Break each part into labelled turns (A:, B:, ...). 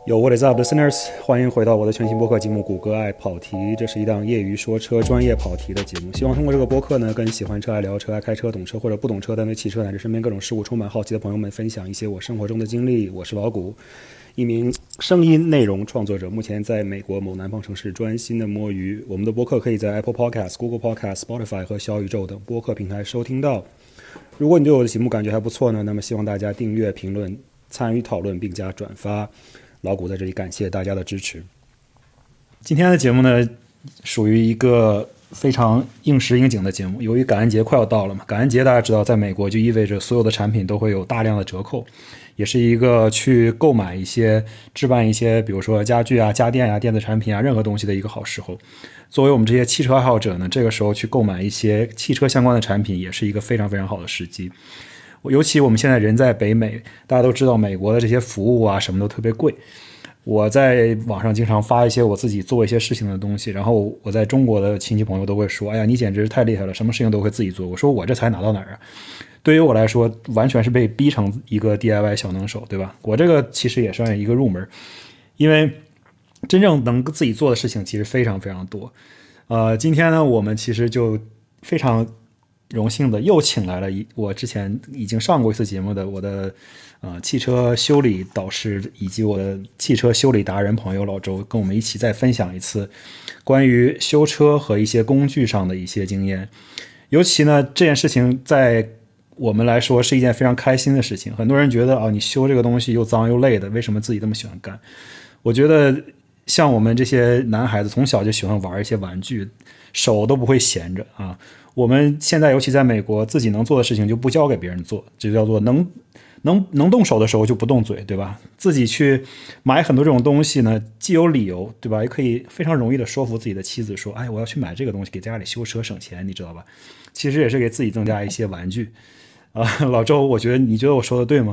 A: 有 What is up, listeners？ 欢迎回到我的全新播客节目《谷歌爱跑题》。这是一档业余说车、专业跑题的节目。希望通过这个播客呢，跟喜欢车、爱聊车、爱开车、懂车或者不懂车但对汽车乃至身边各种事物充满好奇的朋友们分享一些我生活中的经历。我是老谷，一名声音内容创作者，目前在美国某南方城市专心的摸鱼。我们的播客可以在 Apple Podcast、Google Podcast、Spotify 和小宇宙等播客平台收听到。如果你对我的节目感觉还不错呢，那么希望大家订阅、评论、参与讨论并加转发。老谷在这里感谢大家的支持。今天的节目呢，属于一个非常应时应景的节目。由于感恩节快要到了嘛，感恩节大家知道，在美国就意味着所有的产品都会有大量的折扣，也是一个去购买一些、置办一些，比如说家具啊、家电啊、电子产品啊，任何东西的一个好时候。作为我们这些汽车爱好者呢，这个时候去购买一些汽车相关的产品，也是一个非常非常好的时机。尤其我们现在人在北美，大家都知道美国的这些服务啊什么都特别贵。我在网上经常发一些我自己做一些事情的东西，然后我在中国的亲戚朋友都会说，哎呀，你简直太厉害了，什么事情都会自己做。我说我这才哪到哪儿啊？对于我来说，完全是被逼成一个 DIY 小能手，对吧？我这个其实也算一个入门，因为真正能自己做的事情其实非常非常多。今天呢，我们其实就非常荣幸的又请来了我之前已经上过一次节目的我的汽车修理导师以及我的汽车修理达人朋友老周，跟我们一起再分享一次关于修车和一些工具上的一些经验。尤其呢，这件事情在我们来说是一件非常开心的事情。很多人觉得你修这个东西又脏又累的，为什么自己这么喜欢干？我觉得像我们这些男孩子从小就喜欢玩一些玩具，手都不会闲着啊。我们现在尤其在美国，自己能做的事情就不交给别人做，这就叫做能动手的时候就不动嘴，对吧？自己去买很多这种东西呢，既有理由，对吧？也可以非常容易的说服自己的妻子说，哎，我要去买这个东西给家里修车省钱，你知道吧？其实也是给自己增加一些玩具老周，你觉得我说的对吗？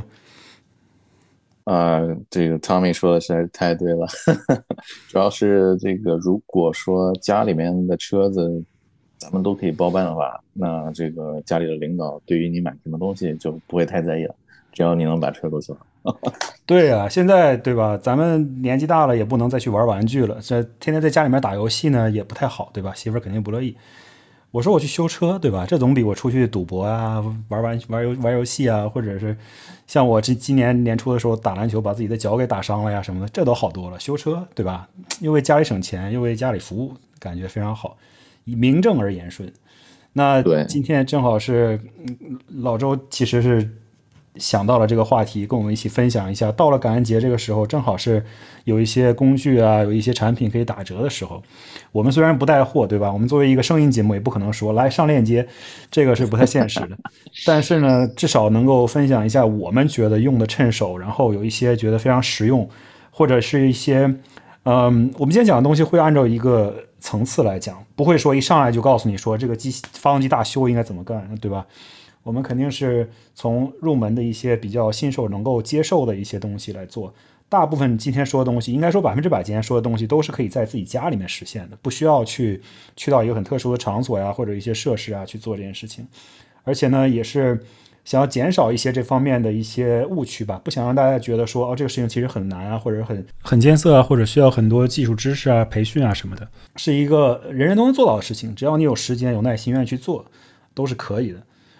B: 这个 Tommy 说的实在是太对了，主要是这个，如果说家里面的车子咱们都可以包办的话，那这个家里的领导对于你买什么东西就不会太在意了，只要你能把车都修好。
A: 对啊，现在对吧？咱们年纪大了，也不能再去玩玩具了。这天天在家里面打游戏呢，也不太好，对吧？媳妇儿肯定不乐意。我说我去修车，对吧？这总比我出去赌博啊、玩游戏啊，或者是像我今年年初的时候打篮球，把自己的脚给打伤了呀什么的，这都好多了。修车，对吧？又为家里省钱，又为家里服务，感觉非常好，名正而言顺。那
B: 对，
A: 今天正好是老周，其实是想到了这个话题，跟我们一起分享一下。到了感恩节这个时候，正好是有一些工具啊，有一些产品可以打折的时候。我们虽然不带货，对吧？我们作为一个声音节目，也不可能说来上链接，这个是不太现实的。但是呢，至少能够分享一下我们觉得用的趁手，然后有一些觉得非常实用，或者是一些我们今天讲的东西会按照一个层次来讲，不会说一上来就告诉你说这个发动机大修应该怎么干，对吧？我们肯定是从入门的一些比较新手能够接受的一些东西来做。大部分今天说的东西，应该说100%今天说的东西都是可以在自己家里面实现的，不需要去到一个很特殊的场所呀，或者一些设施啊去做这件事情。而且呢，也是想要减少一些这方面的一些误区吧，不想让大家觉得说这个事情其实很难啊，或者很艰涩啊，或者需要很多技术知识啊、培训啊什么的，是一个人人都能做到的事情，只要你有时间、有耐心、愿意去做，都是可以的。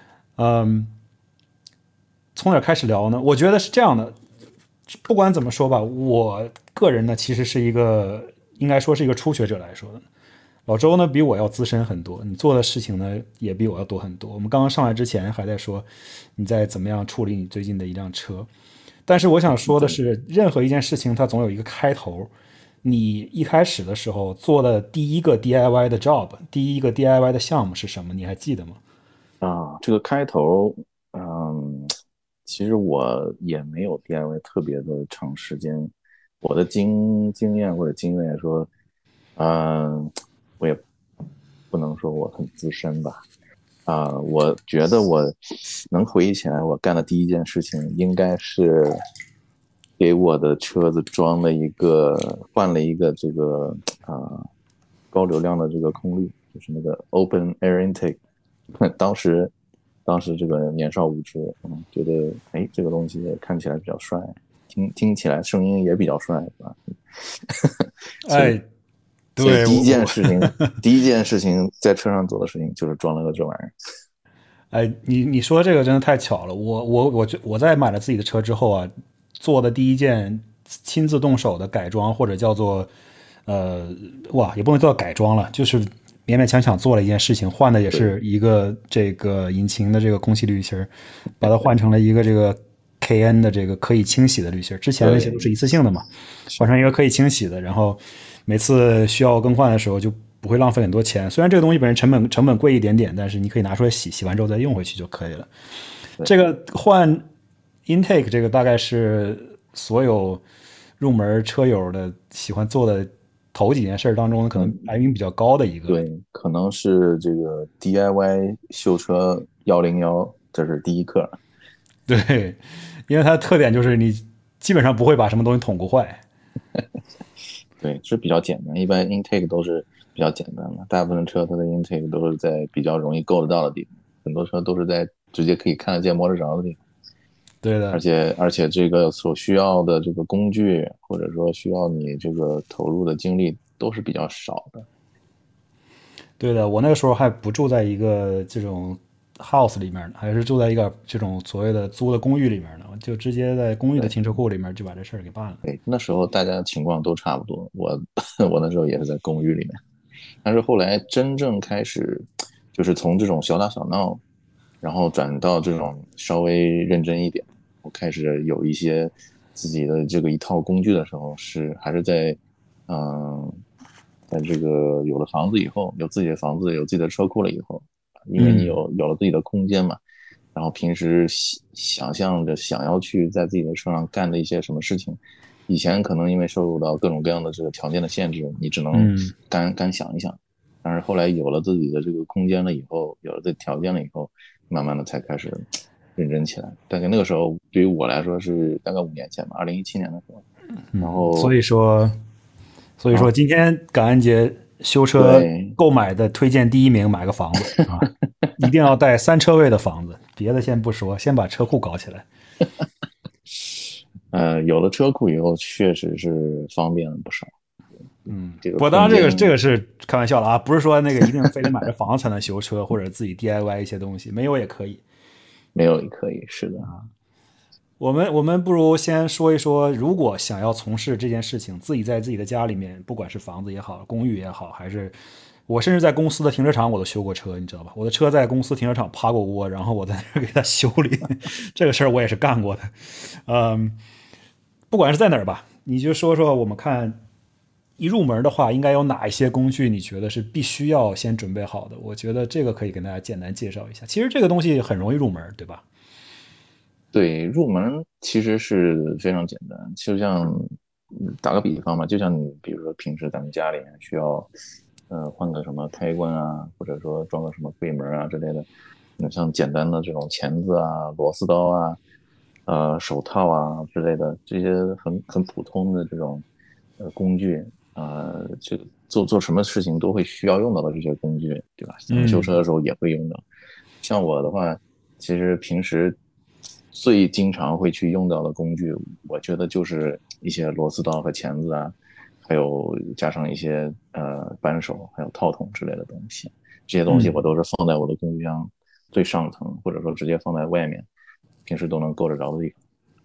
A: 从哪开始聊呢？我觉得是这样的，不管怎么说吧，我个人呢其实是一个应该说是一个初学者来说的。老周呢比我要资深很多，你做的事情呢也比我要多很多。我们刚刚上来之前还在说你在怎么样处理你最近的一辆车，但是我想说的
B: 对，
A: 是，任何一件事情它总有一个开头。你一开始的时候做的第一个 DIY 的 job，第一个 DIY 的项目是什么？你还记得吗？
B: 这个开头，其实我也没有 DIY 特别的长时间，我的经验或者经验来说，我也不能说我很资深吧。我觉得我能回忆起来，我干的第一件事情应该是给我的车子换了一个这个高流量的这个空滤，就是那个 open air intake。当时这个年少无知，觉得这个东西看起来比较帅， 听起来声音也比较帅，是吧？所以
A: 哎，对，
B: 所以第一件事情在车上做的事情就是装了个这玩意儿。
A: 哎，你说这个真的太巧了。我在买了自己的车之后啊，做的第一件亲自动手的改装，或者叫做哇，也不能叫改装了，就是勉勉强强做了一件事情，换的也
B: 对
A: 是一个这个引擎的这个空气滤芯，把它换成了一个这个 KN 的这个可以清洗的滤芯。之前那些都是
B: 对，
A: 一次性的嘛，换
B: 是，
A: 成一个可以清洗的，然后每次需要更换的时候就不会浪费很多钱。虽然这个东西本身成本贵一点点，但是你可以拿出来洗，洗完之后再用回去就可以了。
B: 对，
A: 这个换 intake 这个大概是所有入门车友的喜欢做的头几件事当中，可能
B: 嗯，
A: 排名比较高的一个了。
B: 对，可能是这个 DIY 修车101，这是第一课。
A: 对，因为它的特点就是你基本上不会把什么东西捅咕坏。
B: 对，是比较简单，一般 intake 都是比较简单的，大部分车它的 intake 都是在比较容易够得到的地方，很多车都是在直接可以看得见摸得着的地方，
A: 对的，
B: 而且这个所需要的这个工具或者说需要你这个投入的精力都是比较少的。
A: 对的。我那个时候还不住在一个这种 house 里面呢，还是住在一个这种所谓的租的公寓里面呢，就直接在公寓的
B: 对
A: 停车库里面就把这事儿给办了。
B: 对，那时候大家情况都差不多，我那时候也是在公寓里面，但是后来真正开始就是从这种小打小闹，然后转到这种稍微认真一点，我开始有一些自己的这个一套工具的时候，还是在嗯，在这个有了房子以后，有自己的房子，有自己的车库了以后，因为你
A: 嗯，
B: 有了自己的空间嘛，然后平时想象着想要去在自己的车上干的一些什么事情，以前可能因为受入到各种各样的这个条件的限制，你只能
A: 嗯，
B: 干想一想。但是后来有了自己的这个空间了以后，有了这条件了以后，慢慢的才开始认真起来。但是那个时候对于我来说是大概5年前吧，2017年的时候。然
A: 所
B: 后
A: 以说，
B: 啊，
A: 今天感恩节修车
B: 对，
A: 购买的推荐第一名，买个房子啊，一定要带3车位的房子，别的先不说，先把车库搞起来。
B: 有了车库以后，确实是方便了不少。这个
A: 不，当然这
B: 空间
A: 个是开玩笑了啊，不是说那个一定非得买着房子才能修车，或者自己 DIY 一些东西，没有也可以。
B: 没有也可以，是的。
A: 我们不如先说一说，如果想要从事这件事情，自己在自己的家里面，不管是房子也好，公寓也好，还是我甚至在公司的停车场我都修过车，你知道吧？我的车在公司停车场趴过窝，然后我在那儿给它修理，这个事儿我也是干过的。嗯，不管是在哪儿吧，你就说说我们看一入门的话，应该有哪一些工具？你觉得是必须要先准备好的？我觉得这个可以跟大家简单介绍一下。其实这个东西很容易入门，对吧？
B: 对，入门其实是非常简单，就像打个比方嘛，就像你比如说平时咱们家里面需要换个什么开关啊，或者说装个什么柜门啊之类的，你像简单的这种钳子啊、螺丝刀啊、手套啊之类的这些很普通的这种工具，这个做什么事情都会需要用到的这些工具，对吧？咱们修车
A: 嗯，
B: 的时候也会用到。像我的话，其实平时最经常会去用到的工具，我觉得就是一些螺丝刀和钳子啊，还有加上一些扳手，还有套筒之类的东西。这些东西我都是放在我的工具箱最上层，或者说直接放在外面，平时都能够得着的地方。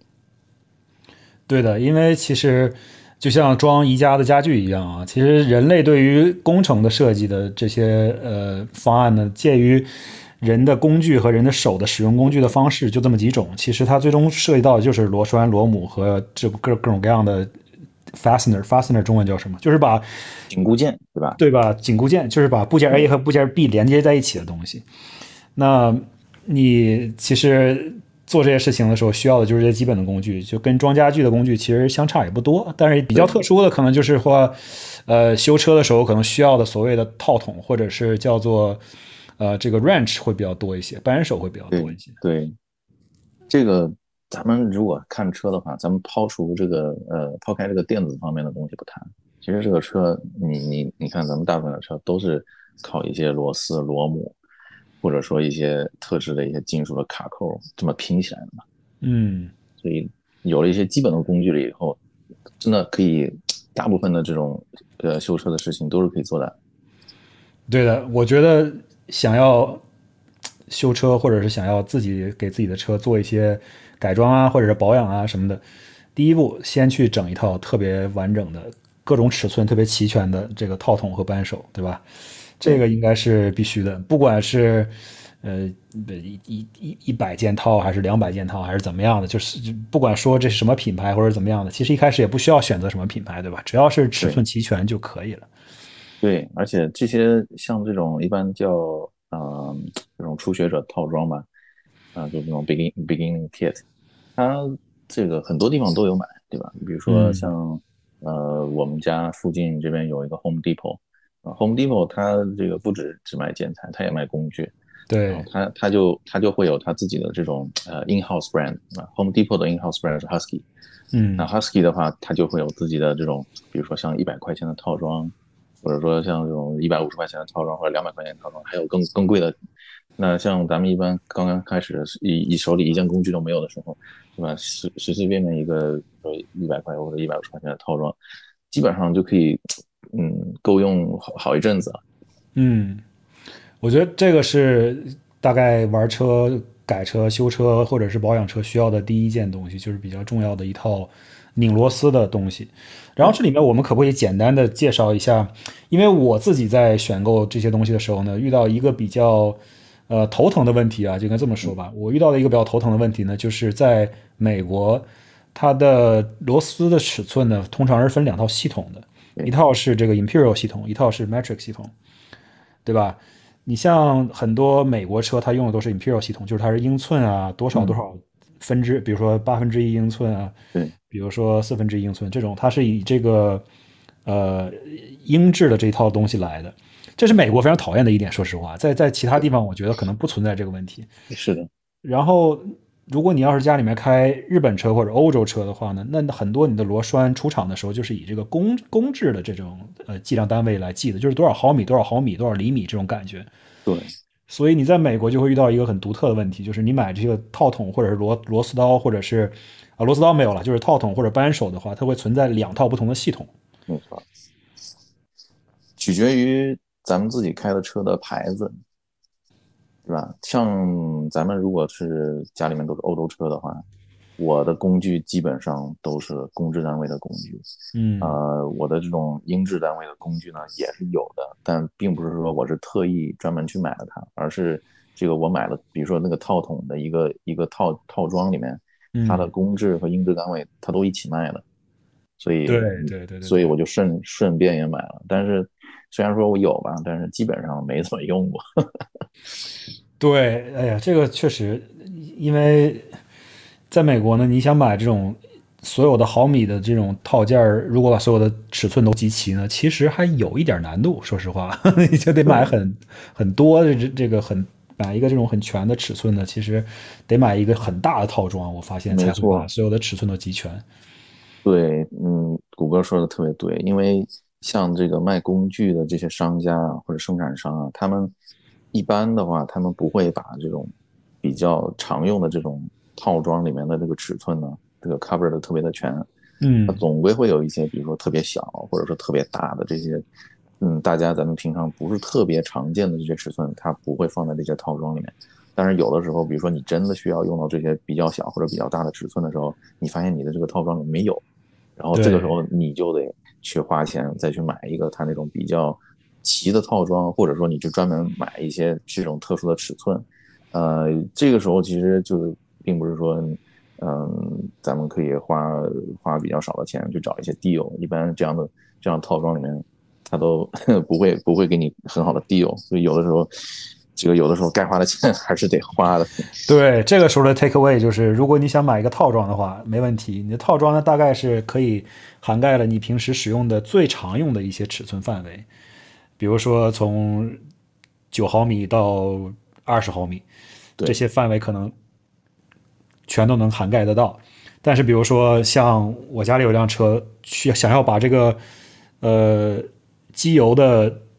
A: 对的，因为其实就像装宜家的家具一样啊，其实人类对于工程的设计的这些方案呢，介于人的工具和人的手的使用工具的方式就这么几种。其实它最终涉及到的就是螺栓、螺母和这各种各样的 fastener 中文叫什么？就是把
B: 紧固件，对吧？
A: 对吧？紧固件就是把部件 A
B: 嗯，
A: 和部件 B 连接在一起的东西。那你其实做这些事情的时候需要的就是这些基本的工具，就跟装家具的工具其实相差也不多。但是比较特
B: 对
A: 殊的可能就是说，修车的时候可能需要的所谓的套筒，或者是叫做这个 wrench 会比较多一些，扳手会比较多
B: 对
A: 一些。
B: 对，这个咱们如果看车的话，咱们抛开这个电子方面的东西不谈，其实这个车你看，咱们大部分的车都是靠一些螺丝、螺母，或者说一些特制的一些金属的卡扣这么拼起来的嘛。
A: 嗯，
B: 有了一些基本的工具了以后，真的可以大部分的这种修车的事情都是可以做的。
A: 对的，我觉得想要修车，或者是想要自己给自己的车做一些改装啊，或者是保养啊什么的，第一步先去整一套特别完整的、各种尺寸特别齐全的这个套筒和扳手，对吧？这
B: 对
A: 个应该是必须的，不管是100件套还是200件套还是怎么样的，就是不管说这是什么品牌或者怎么样的，其实一开始也不需要选择什么品牌，对吧？只要是尺
B: 对
A: 寸齐全就可以了。
B: 对，而且这些像这种一般叫这种初学者套装吧，就这种 beginning kit，它这个很多地方都有买，对吧？比如说
A: 嗯，
B: 像我们家附近这边有一个 Home Depot，Home Depot 它这个不只卖建材，它也卖工具，然后
A: 对，
B: 它就会有它自己的这种in-house brand 啊，Home Depot 的 in-house brand 是 Husky，那
A: 嗯，
B: Husky 的话，它就会有自己的这种，比如说像100块钱的套装，或者说像这种150块钱的套装，或者200块钱的套装，还有更贵的。那像咱们一般刚刚开始手里一件工具都没有的时候，对吧？随便一个100块或者150块钱的套装，基本上就可以，够用好一阵子了。
A: 嗯。我觉得这个是大概玩车、改车、修车或者是保养车需要的第一件东西，就是比较重要的一套拧螺丝的东西。然后
B: 对，
A: 这里面我们可不可以简单的介绍一下？因为我自己在选购这些东西的时候呢，遇到一个比较头疼的问题啊，就应该这么说
B: 嗯，
A: 吧。我遇到的一个比较头疼的问题呢，就是在美国，它的螺丝的尺寸呢，通常是分两套系统的，一
B: 对，
A: 套是这个 Imperial 系统，一套是 Metric 系统。对吧？你像很多美国车，它用的都是 Imperial 系统，就是它是英寸啊，多少多
B: 嗯，
A: 少分之，比如说1/8英寸啊，
B: 对，
A: 比如说1/4英寸这种，它是以这个英制的这一套东西来的。这是美国非常讨厌的一点，说实话，在其他地方我觉得可能不存在这个问题。
B: 是的，
A: 然后，如果你要是家里面开日本车或者欧洲车的话呢，那很多你的螺栓出厂的时候就是以这个公制的这种计量单位来计的，就是多少毫米、多少毫米、多少厘米这种感觉。
B: 对，
A: 所以你在美国就会遇到一个很独特的问题，就是你买这个套筒或者是螺丝刀，或者是螺丝刀没有了，就是套筒或者扳手的话，它会存在两套不同的系统。
B: 没错，取决于咱们自己开的车的牌子，对吧？像咱们如果是家里面都是欧洲车的话，我的工具基本上都是公制单位的工具。
A: 嗯
B: 我的这种英制单位的工具呢也是有的，但并不是说我是特意专门去买了它，而是这个我买了，比如说那个套筒的一个套装里面，它的
A: 嗯，
B: 公制和英制单位它都一起卖的，所以
A: 对对对对对
B: 所以我就顺便也买了。但是虽然说我有吧，但是基本上没怎么用过。
A: 对，哎呀，这个确实，因为在美国呢，你想买这种所有的毫米的这种套件儿，如果把所有的尺寸都集齐呢，其实还有一点难度。说实话，你就得买
B: 对，
A: 很多的这个买一个这种很全的尺寸的，其实得买一个很大的套装，我发现才会把
B: 没错，
A: 所有的尺寸都集全。
B: 对，谷歌说的特别对，因为像这个卖工具的这些商家啊或者生产商啊，他们一般的话，他们不会把这种比较常用的这种套装里面的这个尺寸呢，这个 cover 的特别的全，它
A: 嗯，
B: 总归会有一些，比如说特别小或者说特别大的这些，大家咱们平常不是特别常见的这些尺寸，它不会放在这些套装里面。但是有的时候，比如说你真的需要用到这些比较小或者比较大的尺寸的时候，你发现你的这个套装里没有，然后这个时
A: 对
B: 候你就得去花钱再去买一个它那种比较齐的套装，或者说你就专门买一些这种特殊的尺寸。这个时候其实就是并不是说，咱们可以花比较少的钱去找一些 deal，一般这样套装里面，它都不会给你很好的 deal，所以有的时候。这个有的时候该花的钱还是得花的，
A: 对，这个时候的 take away 就是，如果你想买一个套装的话，没问题。你的套装呢，大概是可以涵盖了你平时使用的最常用的一些尺寸范围，比如说从9毫米到20毫米，这
B: 对
A: 些范围可能全都能涵盖得到。但是，比如说像我家里有辆车，想要把这个呃机油的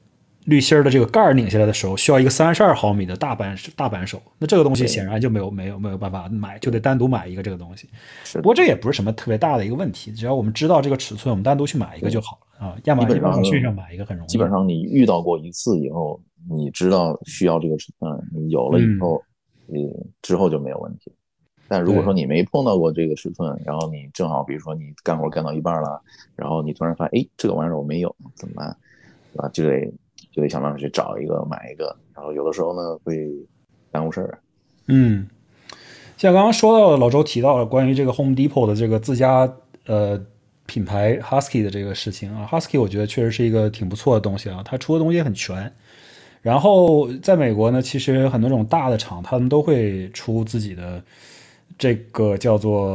A: 滤芯儿的这个盖儿拧下来的时候，需要一个32毫米的大扳手，那这个东西显然就没有办法买，就得单独买一个这个东西。
B: 是的，
A: 不过这也不是什么特别大的一个问题，只要我们知道这个尺寸，我们单独去买一个就
B: 对，
A: 好了啊。
B: 基本上
A: 亚马逊上买一个很容易。
B: 基本上你遇到过一次以后，你知道需要这个尺寸，你有了以
A: 嗯，
B: 后，之后就没有问题。但如果说
A: 对
B: 你没碰到过这个尺寸，然后你正好比如说你干活干到一半了，然后你突然发现，哎，这个玩意儿我没有，怎么办？对吧？就得想办法去找一个买一个，然后有的时候呢会耽误事儿。
A: 嗯，像刚刚说到的，老周提到了关于这个 Home Depot 的这个自家品牌 Husky 的这个事情啊，Husky 我觉得确实是一个挺不错的东西啊，它出的东西也很全。然后在美国呢，其实很多这种大的厂，他们都会出自己的这个叫做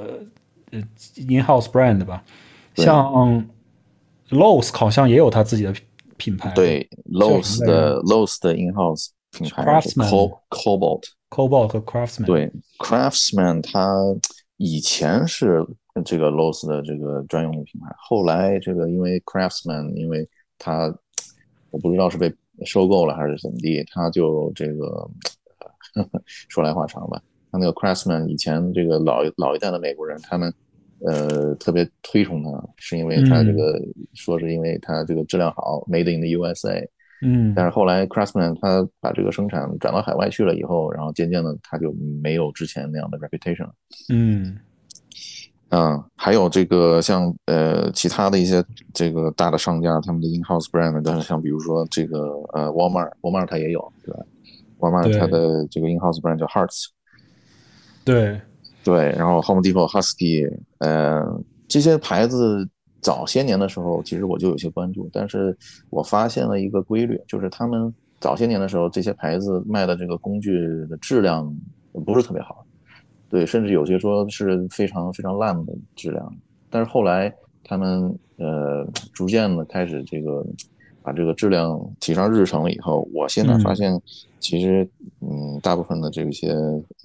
A: in-house brand 吧，
B: 对
A: 像 Lowe's 好像也有他自己的品牌，对，
B: 对
A: 叫什么来着
B: ，Lowe's 的 in-house 品牌是
A: ？Craftsman、
B: Cobalt。
A: Cobalt 和 Craftsman。
B: 对，Craftsman 它以前是这个 Lowe's 的这个专用的品牌，后来这个因为 Craftsman，因为它我不知道是被收购了还是怎么地，它就这个说来话长吧。他那个 Craftsman 以前这个老一代的美国人，他们特别推崇它，是因为它这
A: 嗯
B: 个说是因为它这个质量好，Made in the USA。但
A: 嗯
B: 是后来 Craftsman 他把这个生产转到海外去了以后，然后渐渐的他就没有之前那样的 reputation 了。
A: 嗯，
B: 还有这个像其他的一些这个大的商家，他们的 in-house brand，但是像比如说这个Walmart 它也有，对吧？Walmart 它
A: 对
B: 的这个 in-house brand 叫 Hearts。
A: 对，
B: 对，然后 Home Depot、Husky，这些牌子早些年的时候，其实我就有些关注，但是我发现了一个规律，就是他们早些年的时候，这些牌子卖的这个工具的质量不是特别好，对，甚至有些说是非常非常烂的质量。但是后来他们逐渐的开始这个把这个质量提上日程了以后，我现在发
A: 嗯。
B: 现其实大部分的这些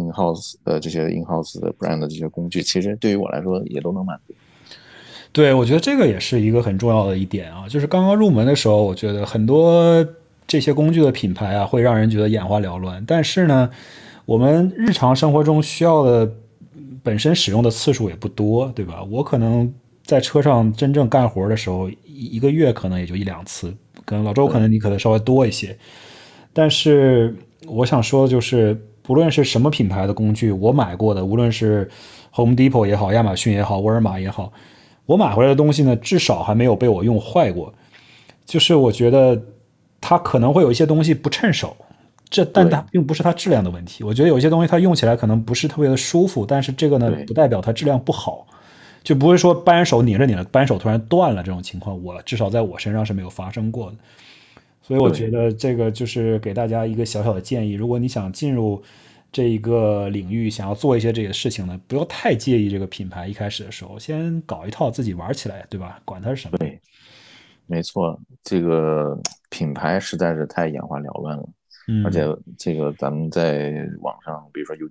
B: in house 的 brand 的这些工具，其实对于我来说也都能满足。
A: 对，我觉得这个也是一个很重要的一点啊，就是刚刚入门的时候，我觉得很多这些工具的品牌啊，会让人觉得眼花缭乱。但是呢，我们日常生活中需要的本身使用的次数也不多，对吧？我可能在车上真正干活的时候，一个月可能也就一两次，可能老周可
B: 对
A: 能你可能稍微多一些。但是我想说的就是，不论是什么品牌的工具，我买过的，无论是 Home Depot 也好，亚马逊也好，沃尔玛也好，我买回来的东西呢，至少还没有被我用坏过。就是我觉得它可能会有一些东西不趁手，但它
B: 对
A: 并不是它质量的问题。我觉得有些东西它用起来可能不是特别的舒服，但是这个呢，不
B: 对
A: 代表它质量不好。就不会说扳手拧着拧着扳手突然断了这种情况，我至少在我身上是没有发生过的。所以我觉
B: 对
A: 得这个就是给大家一个小小的建议，如果你想进入这一个领域，想要做一些这个事情呢，不要太介意这个品牌。一开始的时候，先搞一套自己玩起来，对吧？管它是什么。
B: 对，没错，这个品牌实在是太眼花缭乱了，而且
A: 嗯，
B: 这个咱们在网上，比如说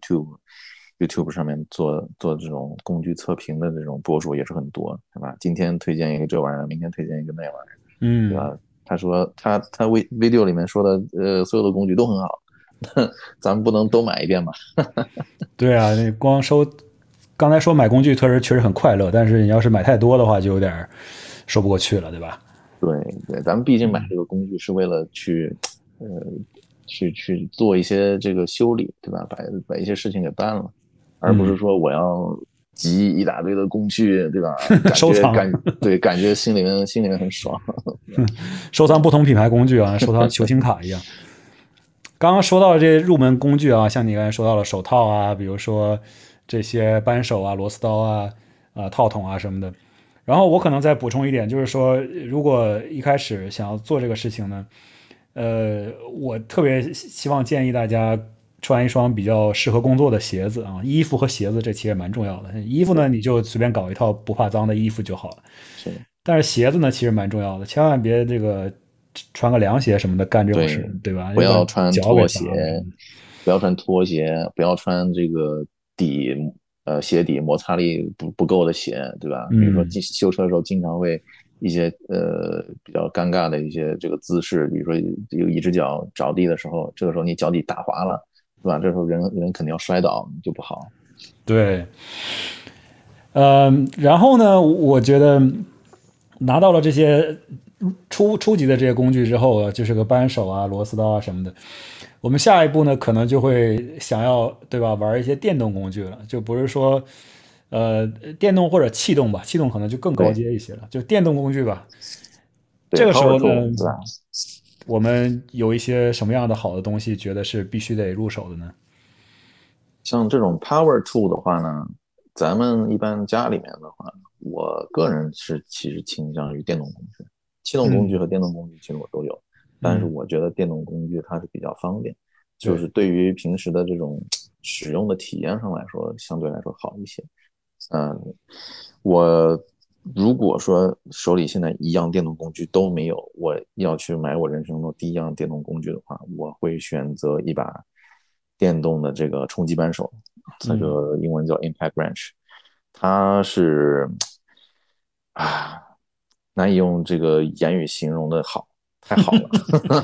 B: YouTube 上面做这种工具测评的这种博主也是很多，是吧？今天推荐一个这玩意儿，明天推荐一个那玩意儿，对
A: 嗯，
B: 吧？他说他 video 里面说的所有的工具都很好，咱们不能都买一遍吧？
A: 对啊，那光收，刚才说买工具确实很快乐，但是你要是买太多的话，就有点说不过去了，对吧？
B: 对对，咱们毕竟买这个工具是为了呃去做一些这个修理，对吧？把一些事情给办了，而不是
A: 嗯，
B: 说我要集一大堆的工具，对吧？感
A: 收藏，
B: 觉感对，感觉心里面很爽。
A: 收藏不同品牌工具啊，收藏球星卡一样。刚刚说到这些入门工具啊，像你刚才说到了手套啊，比如说这些扳手啊、螺丝刀啊、套筒啊什么的。然后我可能再补充一点，就是说，如果一开始想要做这个事情呢，我特别希望建议大家穿一双比较适合工作的鞋子啊，衣服和鞋子这其实蛮重要的。衣服呢，
B: 对，
A: 你就随便搞一套不怕脏的衣服就好了。
B: 是的，
A: 但是鞋子呢，其实蛮重要的，千万别这个穿个凉鞋什么的干这种
B: 对，
A: 事，对吧？
B: 不
A: 就把
B: 要穿
A: 脚给
B: 拖鞋，
A: 砸了。
B: 不要穿拖鞋，不要穿这个鞋底摩擦力不够的鞋，对吧？比如说
A: 嗯，
B: 修车的时候经常会比较尴尬的一些这个姿势，比如说有一只脚着地的时候，这个时候你脚底打滑了，是吧？这时候人肯定要摔倒，就不好。
A: 对，然后呢，我觉得拿到了这些初级的这些工具之后啊，就是个扳手啊、螺丝刀啊什么的。我们下一步呢，可能就会想要，对吧，玩一些电动工具了，就不是说，呃，电动或者气动吧，气动可能就更高
B: 对
A: 阶一些了，就电动工具吧。
B: 对
A: 这个时
B: ，power
A: 候呢，
B: tool，对吧？
A: 我们有一些什么样的好的东西，觉得是必须得入手的呢？
B: 像这种 power tool 的话呢，咱们一般家里面的话，我个人是其实倾向于电动工具，气动工具
A: 嗯
B: 和电动工具其实我都有，但是
A: 嗯，
B: 我觉得电动工具它是比较方便，就
A: 对，
B: 是对于平时的这种使用的体验上来说，相对来说好一些。嗯，我如果说手里现在一样电动工具都没有，我要去买我人生中第一样电动工具的话，我会选择一把电动的这个冲击扳手，这
A: 嗯。
B: 个英文叫 Impact Wrench，它是啊难以用这个言语形容的好，太好了。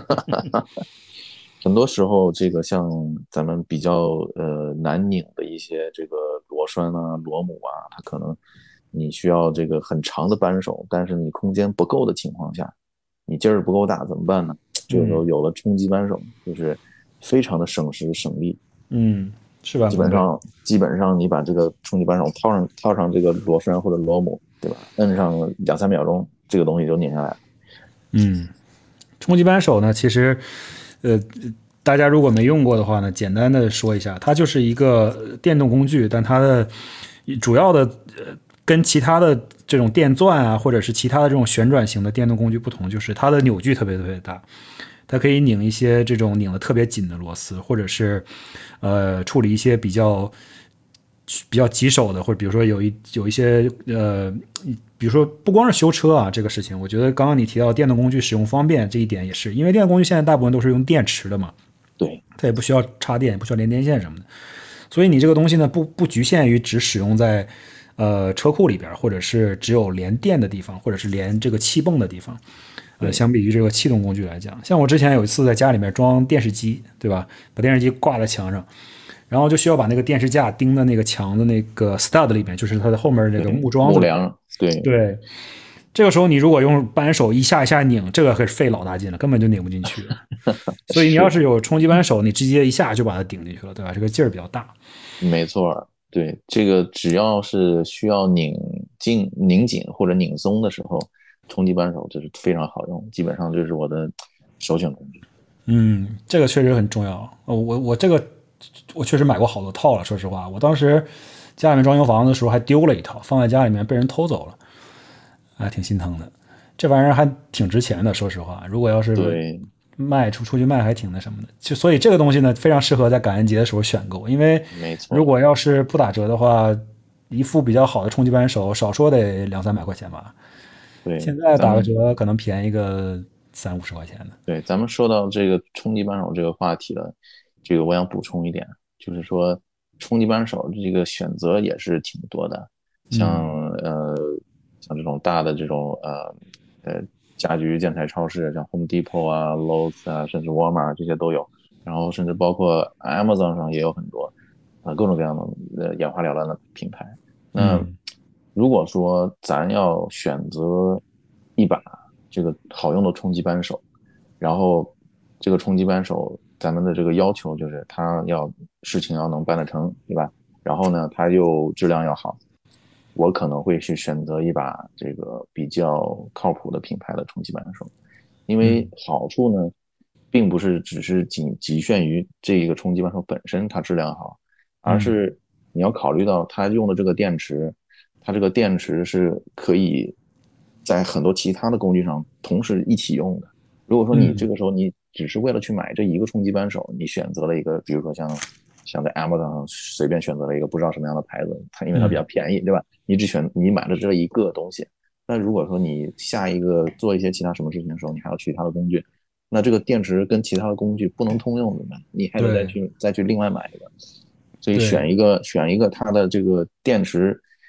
B: 很多时候，这个像咱们比较难拧的一些这个螺栓啊、螺母啊，它可能你需要这个很长的扳手，但是你空间不够的情况下，你劲儿不够大怎么办呢？这个时候
A: 嗯
B: 有了冲击扳手，就是非常的省时省力。
A: 嗯，事半功倍。
B: 基本上你把这个冲击扳手套上这个螺栓或者螺母，对吧？摁上2、3秒钟，这个东西就拧下来了。
A: 嗯，冲击扳手呢，其实，呃，大家如果没用过的话呢，简单的说一下，它就是一个电动工具，但它的主要的跟其他的这种电钻啊，或者是其他的这种旋转型的电动工具不同，就是它的扭矩特别特别大，它可以拧一些这种拧的特别紧的螺丝，或者是处理一些比较棘手的，或者比如说有一些比如说不光是修车啊这个事情，我觉得刚刚你提到电动工具使用方便这一点也是，因为电动工具现在大部分都是用电池的嘛，
B: 对
A: 它也不需要插电，也不需要连电线什么的，所以你这个东西呢不局限于只使用在车库里边，或者是只有连电的地方，或者是连这个气泵的地方。
B: 对，
A: 相比于这个气动工具来讲，像我之前有一次在家里面装电视机，对吧？把电视机挂在墙上，然后就需要把那个电视架钉在那个墙的那个 stud 里面，就是它的后面那个
B: 对，
A: 木桩子里面。
B: 木梁，对，
A: 对，这个时候你如果用扳手一下一下拧，这个可是费老大劲了，根本就拧不进去。所以你要
B: 是
A: 是有冲击扳手，你直接一下就把它顶进去了，对吧？这个劲儿比较大。
B: 没错。对，这个只要是需要拧紧或者拧松的时候，冲击扳手就是非常好用，基本上就是我的首选工具。
A: 嗯，这个确实很重要。我这个我确实买过好多套了，说实话，我当时家里面装修房子的时候还丢了一套，放在家里面被人偷走了，还挺心疼的。这玩意儿还挺值钱的，说实话，如果要是
B: 对，
A: 出去卖，还挺那什么的。所以这个东西呢，非常适合在感恩节的时候选购，因为如
B: 没错，
A: 果要是不打折的话，一副比较好的冲击扳手，少说得2、300块钱吧。
B: 对，
A: 现在打个折，可能便宜个30、50块钱的。
B: 咱们说到这个冲击扳手这个话题了，这个我想补充一点，就是说冲击扳手这个选择也是挺多的，像
A: 嗯
B: 呃像这种大的这种家居建材超市，像 Home Depot 啊、Lowe's 啊，甚至沃尔玛这些都有，然后甚至包括 Amazon 上也有很多各种各样的眼花缭乱的品牌。那
A: 嗯
B: 如果说咱要选择一把这个好用的冲击扳手，然后这个冲击扳手，咱们的这个要求就是它要事情要能办得成，对吧？然后呢，它又质量要好，我可能会去选择一把这个比较靠谱的品牌的冲击扳手，因为
A: 嗯
B: 好处呢，并不是只是仅局限于这一个冲击扳手本身它质量好，而
A: 嗯
B: 是你要考虑到它用的这个电池，它这个电池是可以在很多其他的工具上同时一起用的。如果说你这
A: 嗯，
B: 个时候你只是为了去买这一个冲击扳手，你选择了一个，比如说像在 Amazon 上随便选择了一个不知道什么样的牌子，它因为它比较
A: 嗯，
B: 便宜，对吧？你买了这一个东西，那如果说你下一个做一些其他什么事情的时候，你还要去它的工具，那这个电池跟其他的工具不能通用的呢，你还得
A: 对
B: 再去另外买一个。所以
A: 对，
B: 选一个它的这个电池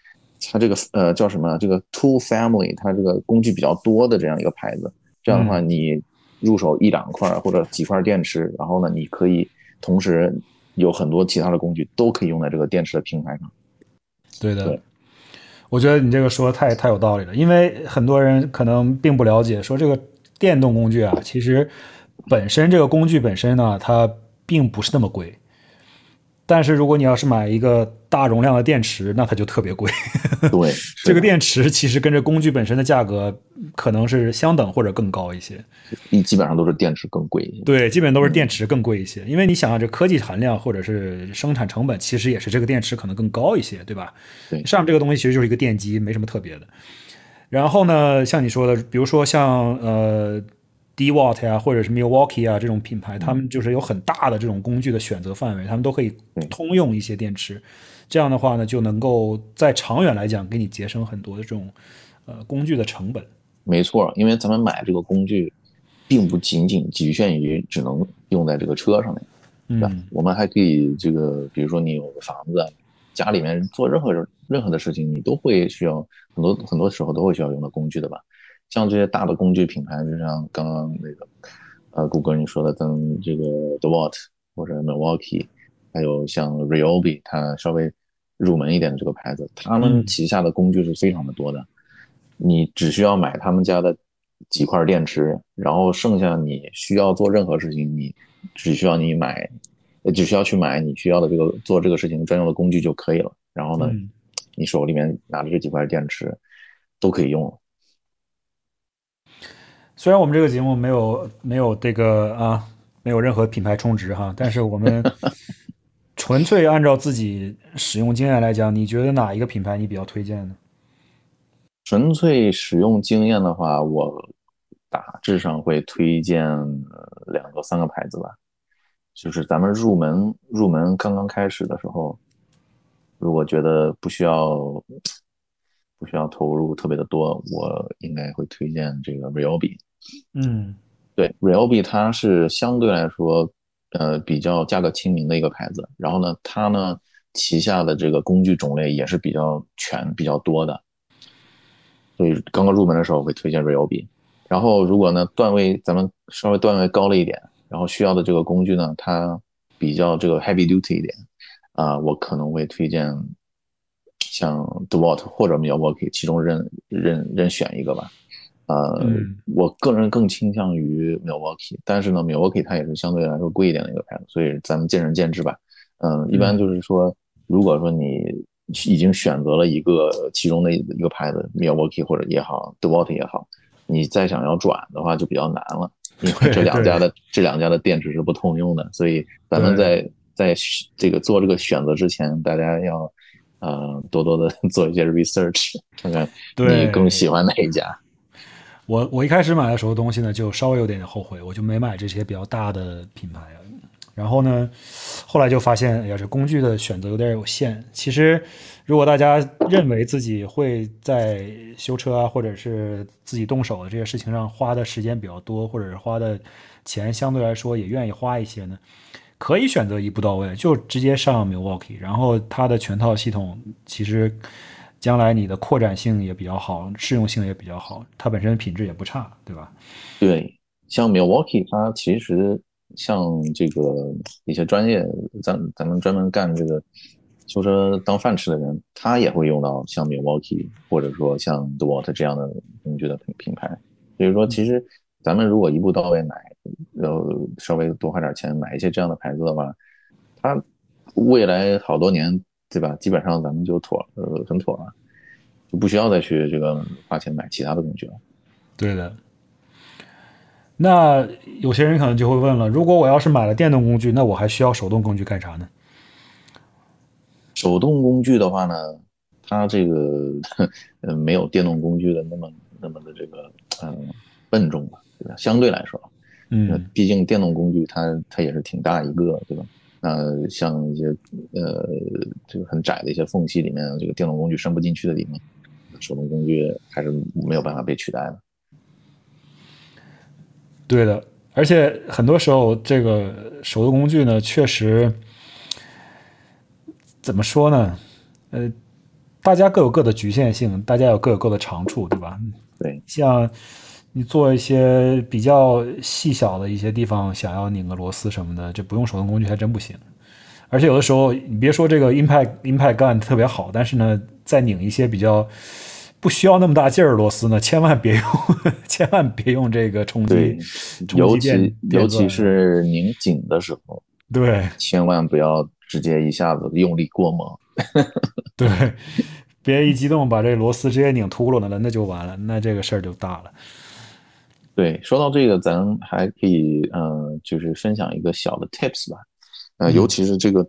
B: 它这个叫什么？这个 tool family，它这个工具比较多的这样一个牌子。这样的话，
A: 嗯，
B: 你入手一两块或者几块电池，然后呢，你可以同时有很多其他的工具都可以用在这个电池的平台上。
A: 对的。
B: 对，
A: 我觉得你这个说的太有道理了，因为很多人可能并不了解，说这个电动工具啊，其实本身这个工具本身呢，它并不是那么贵。但是如果你要是买一个大容量的电池，那它就特别贵。
B: 对，
A: 这个
B: 是的，
A: 电池其实跟这工具本身的价格可能是相等或者更高一些。
B: 基本上都是电池更贵一些。
A: 对，基本都是电
B: 嗯，
A: 池更贵一些，因为你想啊，这科技含量或者是生产成本，其实也是这个电池可能更高一些，对吧？
B: 对，
A: 上面这个东西其实就是一个电机，没什么特别的。然后呢，像你说的，比如说像DeWalt 呀，或者是 Milwaukee 啊这种品牌，他
B: 嗯，
A: 们就是有很大的这种工具的选择范围，他们都可以
B: 对。
A: 通用一些电池。这样的话呢，就能够在长远来讲给你节省很多的这种工具的成本。
B: 没错，因为咱们买这个工具，并不仅仅局限于只能用在这个车上面，对吧？
A: 嗯
B: 我们还可以这个，比如说你有个房子，家里面做任何的事情，你都会需要很多时候都会需要用到工具的吧？像这些大的工具品牌，就像刚刚那个谷歌你说的，咱们这个 DeWalt 或者 Milwaukee，还有像 Ryobi，它稍微入门一点的这个牌子，他们
A: 嗯
B: 旗下的工具是非常的多的。你只需要买他们家的几块电池，然后剩下你需要做任何事情，你只需要你买，只需要去买你需要的这个做这个事情专用的工具就可以了。然后呢，
A: 嗯。
B: 你手里面拿着这几块电池都可以用了。
A: 虽然我们这个节目没有这个没有任何品牌充值哈，但是我们纯粹按照自己使用经验来讲，你觉得哪一个品牌你比较推荐呢？
B: 纯粹使用经验的话，我大致上会推荐两个三个牌子吧。就是咱们入门刚刚开始的时候，如果觉得不需要投入特别的多，我应该会推荐这个 Ryobi。
A: 嗯
B: 对，Ryobi 它是相对来说比较价格亲民的一个牌子，然后呢，它呢旗下的这个工具种类也是比较全、比较多的。所以刚刚入门的时候我会推荐 Ryobi。然后如果呢咱们稍微段位高了一点，然后需要的这个工具呢，它比较这个 heavy duty 一点我可能会推荐像 DeWalt 或者 Milwaukee 其中任选一个吧。
A: 嗯
B: 我个人更倾向于 Milwaukee，但是呢，Milwaukee 它也是相对来说贵一点的一个牌子，所以咱们见仁见智吧。一般
A: 嗯，
B: 就是说，如果说你已经选择了一个其中的一个牌子，Milwaukee 或者也好，DeWalt 也好，你再想要转的话就比较难了，因为这
A: 对对
B: 两家的这两家的电池是不通用的，所以咱们
A: 对
B: 在这个做这个选择之前，大家要多多的做一些 research，看看你更
A: 对，
B: 喜欢哪一家。
A: 我一开始买的时候东西呢，就稍微有点后悔，我就没买这些比较大的品牌。然后呢，后来就发现，哎呀，这工具的选择有点有限。其实，如果大家认为自己会在修车啊，或者是自己动手的这些事情上花的时间比较多，或者是花的钱相对来说也愿意花一些呢，可以选择一步到位，就直接上 Milwaukee，然后它的全套系统其实将来你的扩展性也比较好，适用性也比较好，它本身品质也不差，对吧？
B: 对，像 Milwaukee，它其实像这个一些专业，咱们专门干这个修车当饭吃的人，他也会用到像 Milwaukee 或者说像 DeWalt 这样的工具的品牌。所以说，其实咱们如果一步到位买，稍微多花点钱买一些这样的牌子的话，它未来好多年，对吧？基本上咱们就很妥了，就不需要再去这个花钱买其他的工具了。
A: 对的。那有些人可能就会问了，如果我要是买了电动工具，那我还需要手动工具干啥呢？
B: 手动工具的话呢，它这个没有电动工具的那么的这个笨重吧，对吧？相对来说，那
A: 嗯，
B: 毕竟电动工具它也是挺大一个，对吧？那像一些呃这个很窄的一些缝隙里面，这个电动工具伸不进去的地方，手动工具还是没有办法被取代的。
A: 对的。而且很多时候，这个手动工具呢，确实怎么说呢？ 大家各有各的局限性，大家有各有各的长处，对吧？
B: 对，
A: 像你做一些比较细小的一些地方，想要拧个螺丝什么的，这不用手动工具还真不行。而且有的时候，你别说这个 impact gun 特别好，但是呢，在拧一些比较不需要那么大劲儿的螺丝呢，千万别用，千万别用这个冲击
B: 尤其是拧紧的时候，
A: 对，
B: 千万不要直接一下子用力过猛。
A: 对，别一激动把这螺丝直接拧秃噜了，那就完了，那这个事儿就大了。
B: 对，说到这个，咱还可以就是分享一个小的 tips 吧。尤其是这个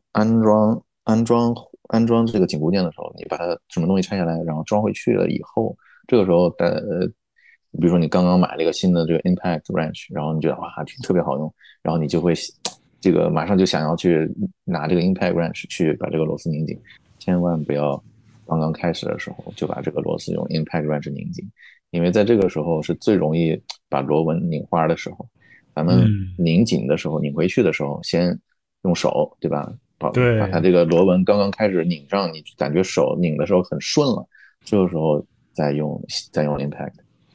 B: 安装这个紧固件的时候，你把它什么东西拆下来，然后装回去了以后，这个时候比如说你刚刚买了一个新的这个 impact wrench，然后你觉得哇特别好用，然后你就会这个马上就想要去拿这个 impact wrench 去把这个螺丝拧紧，千万不要刚刚开始的时候就把这个螺丝用 impact wrench 拧紧，因为在这个时候是最容易把螺纹拧花的时候。咱们拧紧的时候，拧回去的时候，先用手，对吧？把它这个螺纹刚刚开始拧上，你感觉手拧的时候很顺了，这个时候再用 impact。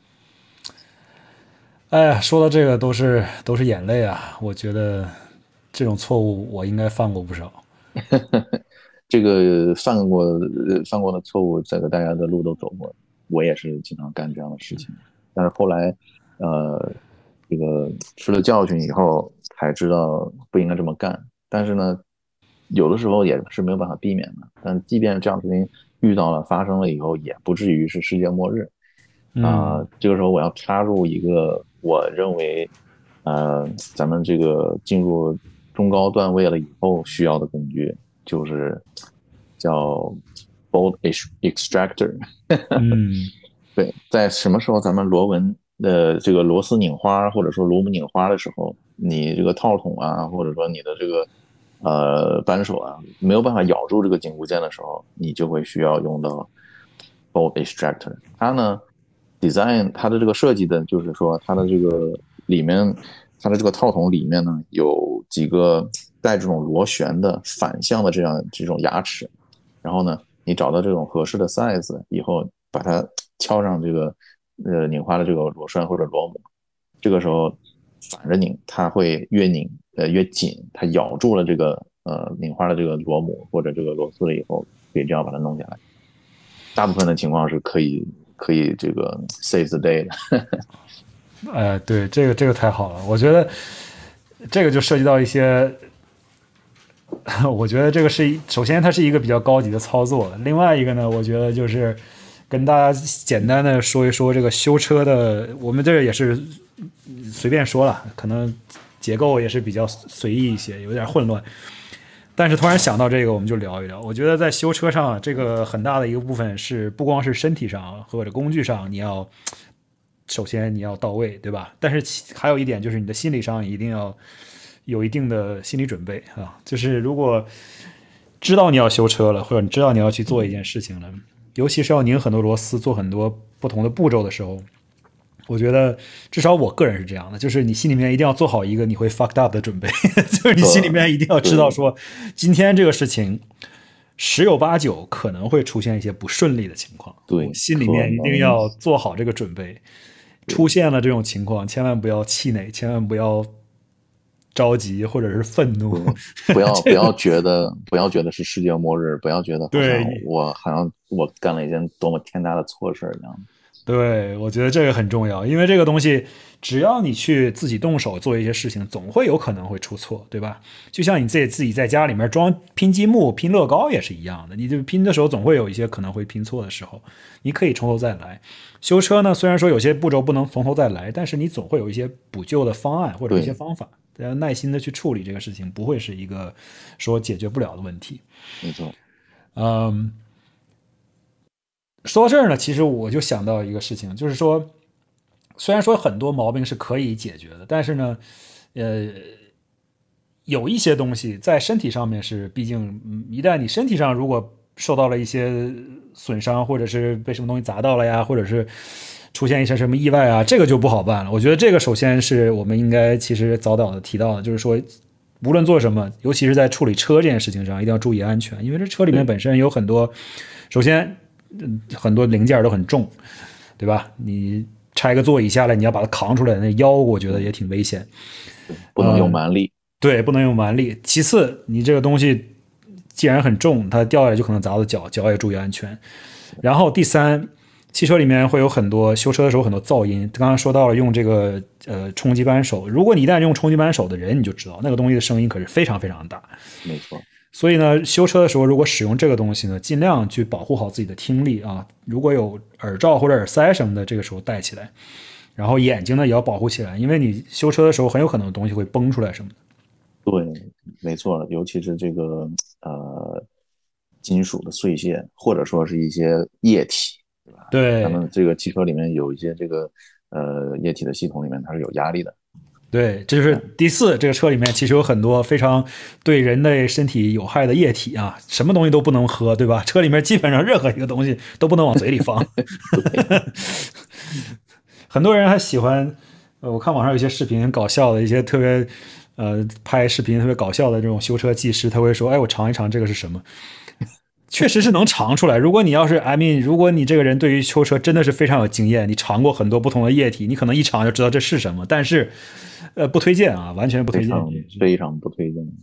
A: 哎呀，说到这个都是眼泪啊！我觉得这种错误我应该犯过不少。
B: 这个犯过的错误，这个大家的路都走过，我也是经常干这样的事情。但是后来，这个吃了教训以后才知道不应该这么干。但是呢，有的时候也是没有办法避免的。但即便这样的事情遇到了、发生了以后，也不至于是世界末日。这个时候我要插入一个我认为，咱们这个进入中高段位了以后需要的工具，就是叫 bolt extractor。对，在什么时候咱们螺纹的这个螺丝拧花或者说螺母拧花的时候，你这个套筒啊，或者说你的这个扳手啊，没有办法咬住这个紧固件的时候，你就会需要用到 bolt extractor。它呢 design 它的这个设计的就是说它的这个里面，它的这个套筒里面呢有几个带这种螺旋的反向的这种牙齿，然后呢，你找到这种合适的 size 以后，把它敲上这个拧花的这个螺栓或者螺母，这个时候反着拧，它会越拧越紧，它咬住了这个拧花的这个螺母或者这个螺丝了以后，可以这样把它弄下来。大部分的情况是可以这个 save the day 的。
A: 对，这个太好了，我觉得这个就涉及到一些。我觉得这个首先它是一个比较高级的操作，另外一个呢，我觉得就是跟大家简单的说一说这个修车的，我们这也是随便说了，可能结构也是比较随意一些，有点混乱。但是突然想到这个，我们就聊一聊。我觉得在修车上，这个很大的一个部分是不光是身体上或者工具上，首先你要到位，对吧？但是还有一点就是你的心理上一定要有一定的心理准备啊，就是如果知道你要修车了，或者你知道你要去做一件事情了，尤其是要拧很多螺丝、做很多不同的步骤的时候，我觉得至少我个人是这样的，就是你心里面一定要做好一个你会 fucked up 的准备，就是你心里面一定要知道说，今天这个事情十有八九可能会出现一些不顺利的情况，
B: 对，
A: 心里面一定要做好这个准备。出现了这种情况，千万不要气馁，千万不要着急或者是愤怒，
B: 不要觉得是世界末日，不要觉得好像我干了一件多么天大的错事一样。
A: 对，我觉得这个很重要，因为这个东西只要你去自己动手做一些事情，总会有可能会出错，对吧？就像你自己在家里面拼积木、拼乐高也是一样的，你就拼的时候总会有一些可能会拼错的时候，你可以从头再来。修车呢，虽然说有些步骤不能从头再来，但是你总会有一些补救的方案或者一些方法，要耐心的去处理这个事情，不会是一个说解决不了的问题。
B: 没错。
A: 说到这儿呢，其实我就想到一个事情，就是说，虽然说很多毛病是可以解决的，但是呢，有一些东西在身体上面是，毕竟一旦你身体上如果受到了一些损伤，或者是被什么东西砸到了呀，或者是出现一些什么意外啊，这个就不好办了。我觉得这个首先是我们应该其实早早的提到的，就是说，无论做什么，尤其是在处理车这件事情上，一定要注意安全，因为这车里面本身有很多，首先很多零件都很重，对吧？你拆个座椅下来，你要把它扛出来，那腰我觉得也挺危险。
B: 不能用蛮力。
A: 对，不能用蛮力。其次，你这个东西既然很重，它掉下来就可能砸到脚，脚也注意安全。然后第三，汽车里面会有很多修车的时候很多噪音。刚刚说到了用这个冲击扳手，如果你一旦用冲击扳手的人，你就知道那个东西的声音可是非常非常大。
B: 没错。
A: 所以呢，修车的时候如果使用这个东西呢，尽量去保护好自己的听力啊。如果有耳罩或者耳塞什么的，这个时候戴起来。然后眼睛呢也要保护起来，因为你修车的时候很有可能东西会崩出来什么的。
B: 对，没错，尤其是这个金属的碎屑，或者说是一些液体，对吧？
A: 对，
B: 咱们这个汽车里面有一些这个液体的系统里面它是有压力的。
A: 对，这就是第四，这个车里面其实有很多非常对人类身体有害的液体啊，什么东西都不能喝，对吧？车里面基本上任何一个东西都不能往嘴里放。很多人还喜欢，我看网上有一些视频搞笑的，一些特别拍视频特别搞笑的这种修车技师，他会说：“哎，我尝一尝这个是什么。”确实是能尝出来。如果你要是 如果你这个人对于修车真的是非常有经验，你尝过很多不同的液体，你可能一尝就知道这是什么。但是，不推荐啊，完全不推荐，
B: 非常不推荐。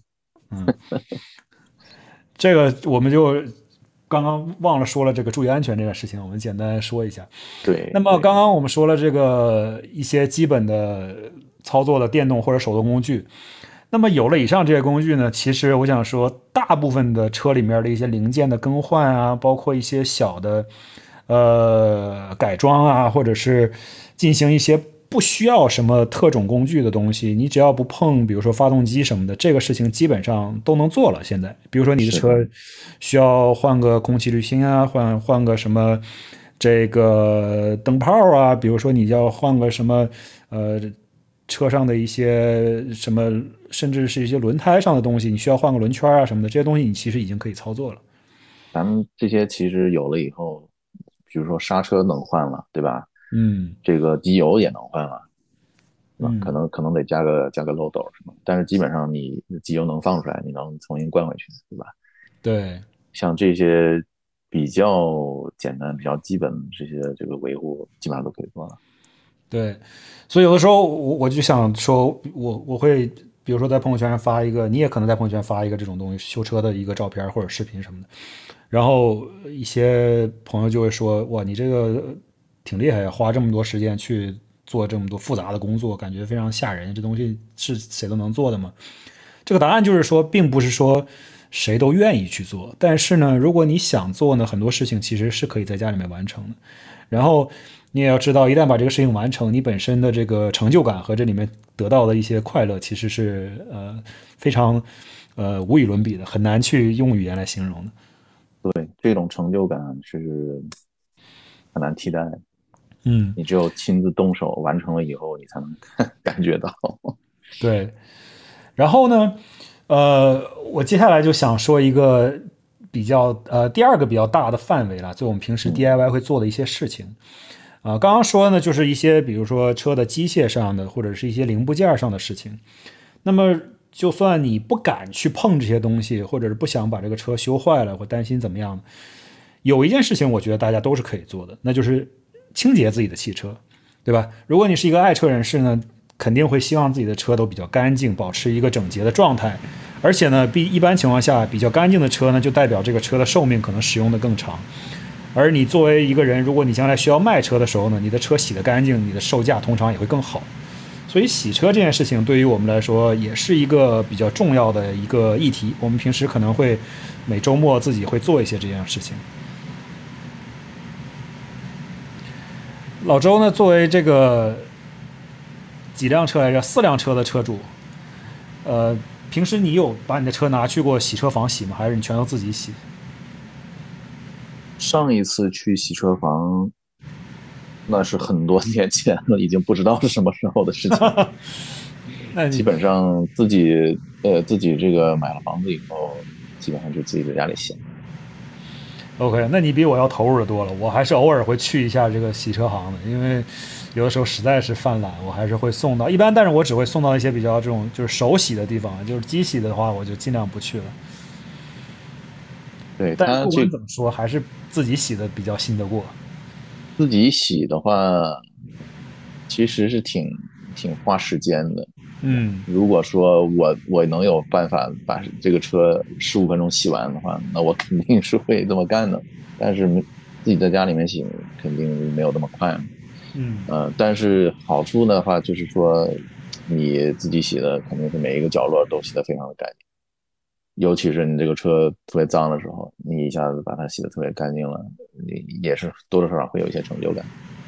A: 这个我们就刚刚忘了说了这个注意安全这个事情，我们简单说一下。
B: 对。
A: 那么刚刚我们说了这个一些基本的操作的电动或者手动工具。那么有了以上这些工具呢，其实我想说，大部分的车里面的一些零件的更换啊，包括一些小的改装啊，或者是进行一些不需要什么特种工具的东西，你只要不碰，比如说发动机什么的，这个事情基本上都能做了。现在，比如说你的车需要换个空气滤芯啊，换个什么这个灯泡啊，比如说你要换个什么车上的一些什么，甚至是一些轮胎上的东西，你需要换个轮圈啊什么的，这些东西你其实已经可以操作了。
B: 咱们这些其实有了以后，比如说刹车能换了，对吧？这个机油也能换了，对吧？可能得加个漏斗什么，但是基本上你机油能放出来，你能重新灌回去，对吧？
A: 对，
B: 像这些比较简单、比较基本的这个维护，基本上都可以做了。
A: 对，所以有的时候我就想说，我会比如说在朋友圈上发一个，你也可能在朋友圈发一个这种东西，修车的一个照片或者视频什么的，然后一些朋友就会说，哇，你这个挺厉害呀，花这么多时间去做这么多复杂的工作，感觉非常吓人，这东西是谁都能做的吗？这个答案就是说，并不是说谁都愿意去做，但是呢，如果你想做呢，很多事情其实是可以在家里面完成的。然后你也要知道，一旦把这个事情完成，你本身的这个成就感和这里面得到的一些快乐，其实是非常无与伦比的，很难去用语言来形容的。
B: 对，这种成就感是很难替代的。你只有亲自动手完成了以后，你才能感觉到。
A: 对，然后呢，我接下来就想说一个比较第二个比较大的范围了，就我们平时 DIY 会做的一些事情。刚刚说呢，就是一些比如说车的机械上的，或者是一些零部件上的事情。那么，就算你不敢去碰这些东西，或者是不想把这个车修坏了，或担心怎么样，有一件事情我觉得大家都是可以做的，那就是清洁自己的汽车，对吧？如果你是一个爱车人士呢，肯定会希望自己的车都比较干净，保持一个整洁的状态。而且呢，一般情况下，比较干净的车呢，就代表这个车的寿命可能使用的更长。而你作为一个人，如果你将来需要卖车的时候呢，你的车洗得干净，你的售价通常也会更好。所以洗车这件事情对于我们来说也是一个比较重要的一个议题。我们平时可能会每周末自己会做一些这样事情。老周呢，作为这个几辆车来着，4辆车的车主，平时你有把你的车拿去过洗车房洗吗？还是你全都自己洗？
B: 上一次去洗车房，那是很多年前了，已经不知道是什么时候的事情了。
A: 那
B: 基本上自己这个买了房子以后，基本上就自己在家里洗。
A: OK， 那你比我要投入的多了。我还是偶尔会去一下这个洗车行的，因为有的时候实在是犯懒，我还是会送到一般，但是我只会送到一些比较这种就是手洗的地方，就是机洗的话，我就尽量不去了。
B: 对
A: 但是不管
B: 它这
A: 怎么说，还是自己洗的比较信得过。
B: 自己洗的话，其实是挺花时间的。
A: 嗯，
B: 如果说我能有办法把这个车15分钟洗完的话，那我肯定是会这么干的。但是自己在家里面洗肯定没有那么快嘛。
A: 嗯，
B: 但是好处的话就是说，你自己洗的肯定是每一个角落都洗得非常的干净，尤其是你这个车特别脏的时候，你一下子把它洗得特别干净了，你也是多多少少会有一些成就感。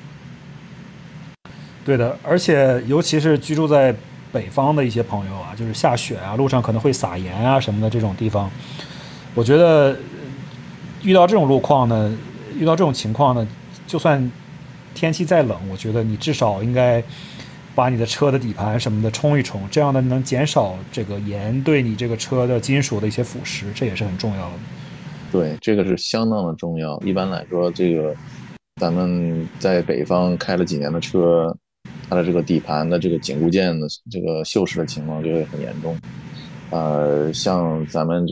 A: 对的，而且尤其是居住在北方的一些朋友啊，就是下雪啊，路上可能会撒盐啊什么的这种地方，我觉得遇到这种路况呢，遇到这种情况呢，就算天气再冷，我觉得你至少应该把你的车的底盘什么的冲一冲，这样呢能减少这个盐对你这个车的金属的一些腐蚀，这也是很重要的。
B: 对，这个是相当的重要。一般来说，这个咱们在北方开了几年的车，它的这个底盘的这个紧固件的这个锈蚀的情况就会很严重。像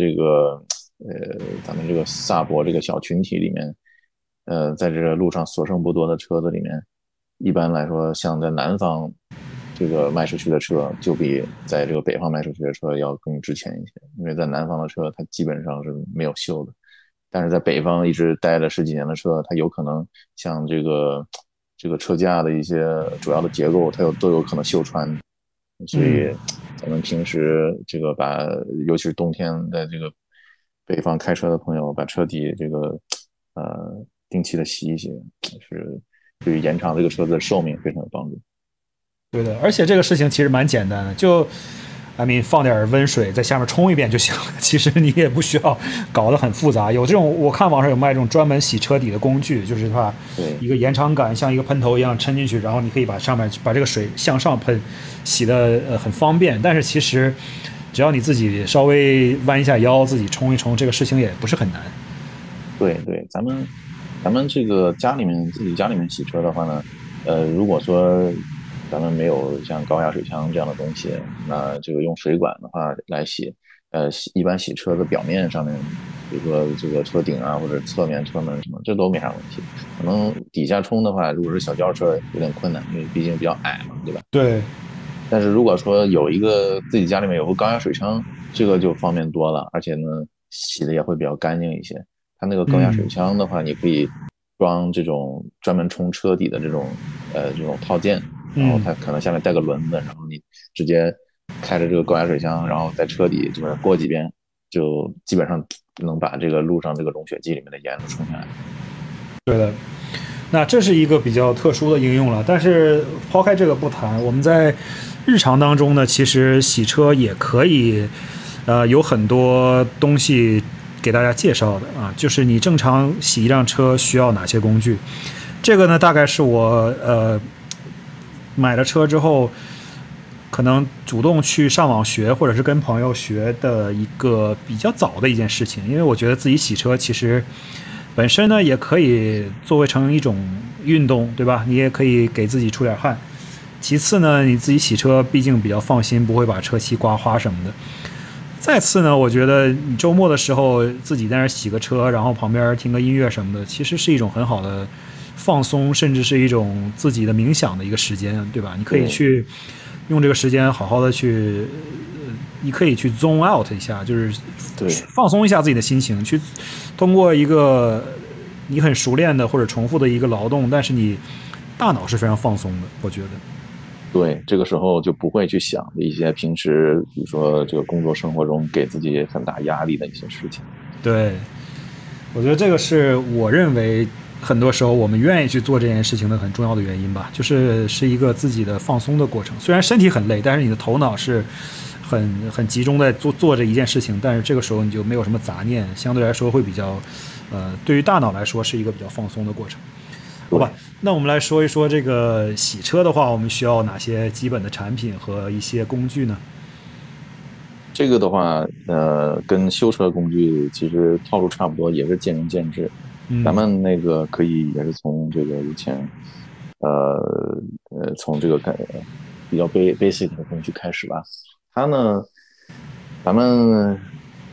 B: 咱们这个萨博这个小群体里面，在这个路上所剩不多的车子里面，一般来说，像在南方这个卖出去的车，就比在这个北方卖出去的车要更值钱一些，因为在南方的车它基本上是没有锈的。但是在北方一直待了十几年的车，它有可能像这个车架的一些主要的结构，都有可能锈穿，所以
A: 嗯，
B: 咱们平时这个尤其是冬天在这个北方开车的朋友，把车底这个定期的洗一洗，是对于延长这个车子的寿命非常有帮助。
A: 对的，而且这个事情其实蛮简单的，就放点温水在下面冲一遍就行了。其实你也不需要搞得很复杂。有这种，我看网上有卖这种专门洗车底的工具，就是它
B: 对
A: 一个延长杆像一个喷头一样抻进去，然后你可以把上面把这个水向上喷，洗的很方便。但是其实只要你自己稍微弯一下腰，自己冲一冲，这个事情也不是很难。
B: 对对，咱们这个自己家里面洗车的话呢，如果说咱们没有像高压水枪这样的东西，那这个用水管的话来洗，一般洗车的表面上面，比如说这个车顶啊或者侧面车门什么，这都没啥问题。可能底下冲的话，如果是小轿车有点困难，因为毕竟比较矮嘛，对吧？
A: 对，
B: 但是如果说有一个自己家里面有个高压水枪，这个就方便多了，而且呢，洗的也会比较干净一些。它那个高压水
A: 嗯
B: 枪的话，你可以装这种专门冲车底的这种套件，然后
A: 嗯。
B: 它可能下面带个轮子，然后你直接开着这个高压水枪，然后在车底这边过几遍，就基本上能把这个路上这个溶雪剂里面的盐都冲下来。
A: 对的，那这是一个比较特殊的应用了。但是抛开这个不谈，我们在日常当中呢，其实洗车也可以，有很多东西给大家介绍的啊，就是你正常洗一辆车需要哪些工具。这个呢，大概是我买了车之后，可能主动去上网学，或者是跟朋友学的一个比较早的一件事情。因为我觉得自己洗车其实本身呢也可以作为成一种运动，对吧？你也可以给自己出点汗。其次呢，你自己洗车毕竟比较放心，不会把车漆刮花什么的。再次呢，我觉得你周末的时候自己在那儿洗个车，然后旁边听个音乐什么的，其实是一种很好的放松，甚至是一种自己的冥想的一个时间，对吧？你可以
B: 对
A: 去用这个时间好好的去，你可以去 zone out 一下，就是
B: 对，
A: 放松一下自己的心情，去通过一个你很熟练的或者重复的一个劳动，但是你大脑是非常放松的，我觉得。
B: 对，这个时候就不会去想一些平时，比如说这个工作生活中给自己很大压力的一些事情。
A: 对，我觉得这个是我认为很多时候我们愿意去做这件事情的很重要的原因吧，是一个自己的放松的过程。虽然身体很累，但是你的头脑是很集中在做这一件事情，但是这个时候你就没有什么杂念，相对来说会比较，对于大脑来说是一个比较放松的过程。好吧，
B: 对，
A: 那我们来说一说这个洗车的话，我们需要哪些基本的产品和一些工具呢？
B: 这个的话，跟修车工具其实套路差不多，也是见仁见智。咱
A: 嗯
B: 们那个可以也是从这个以前，从这个比较basic 的工具开始吧。它呢，咱们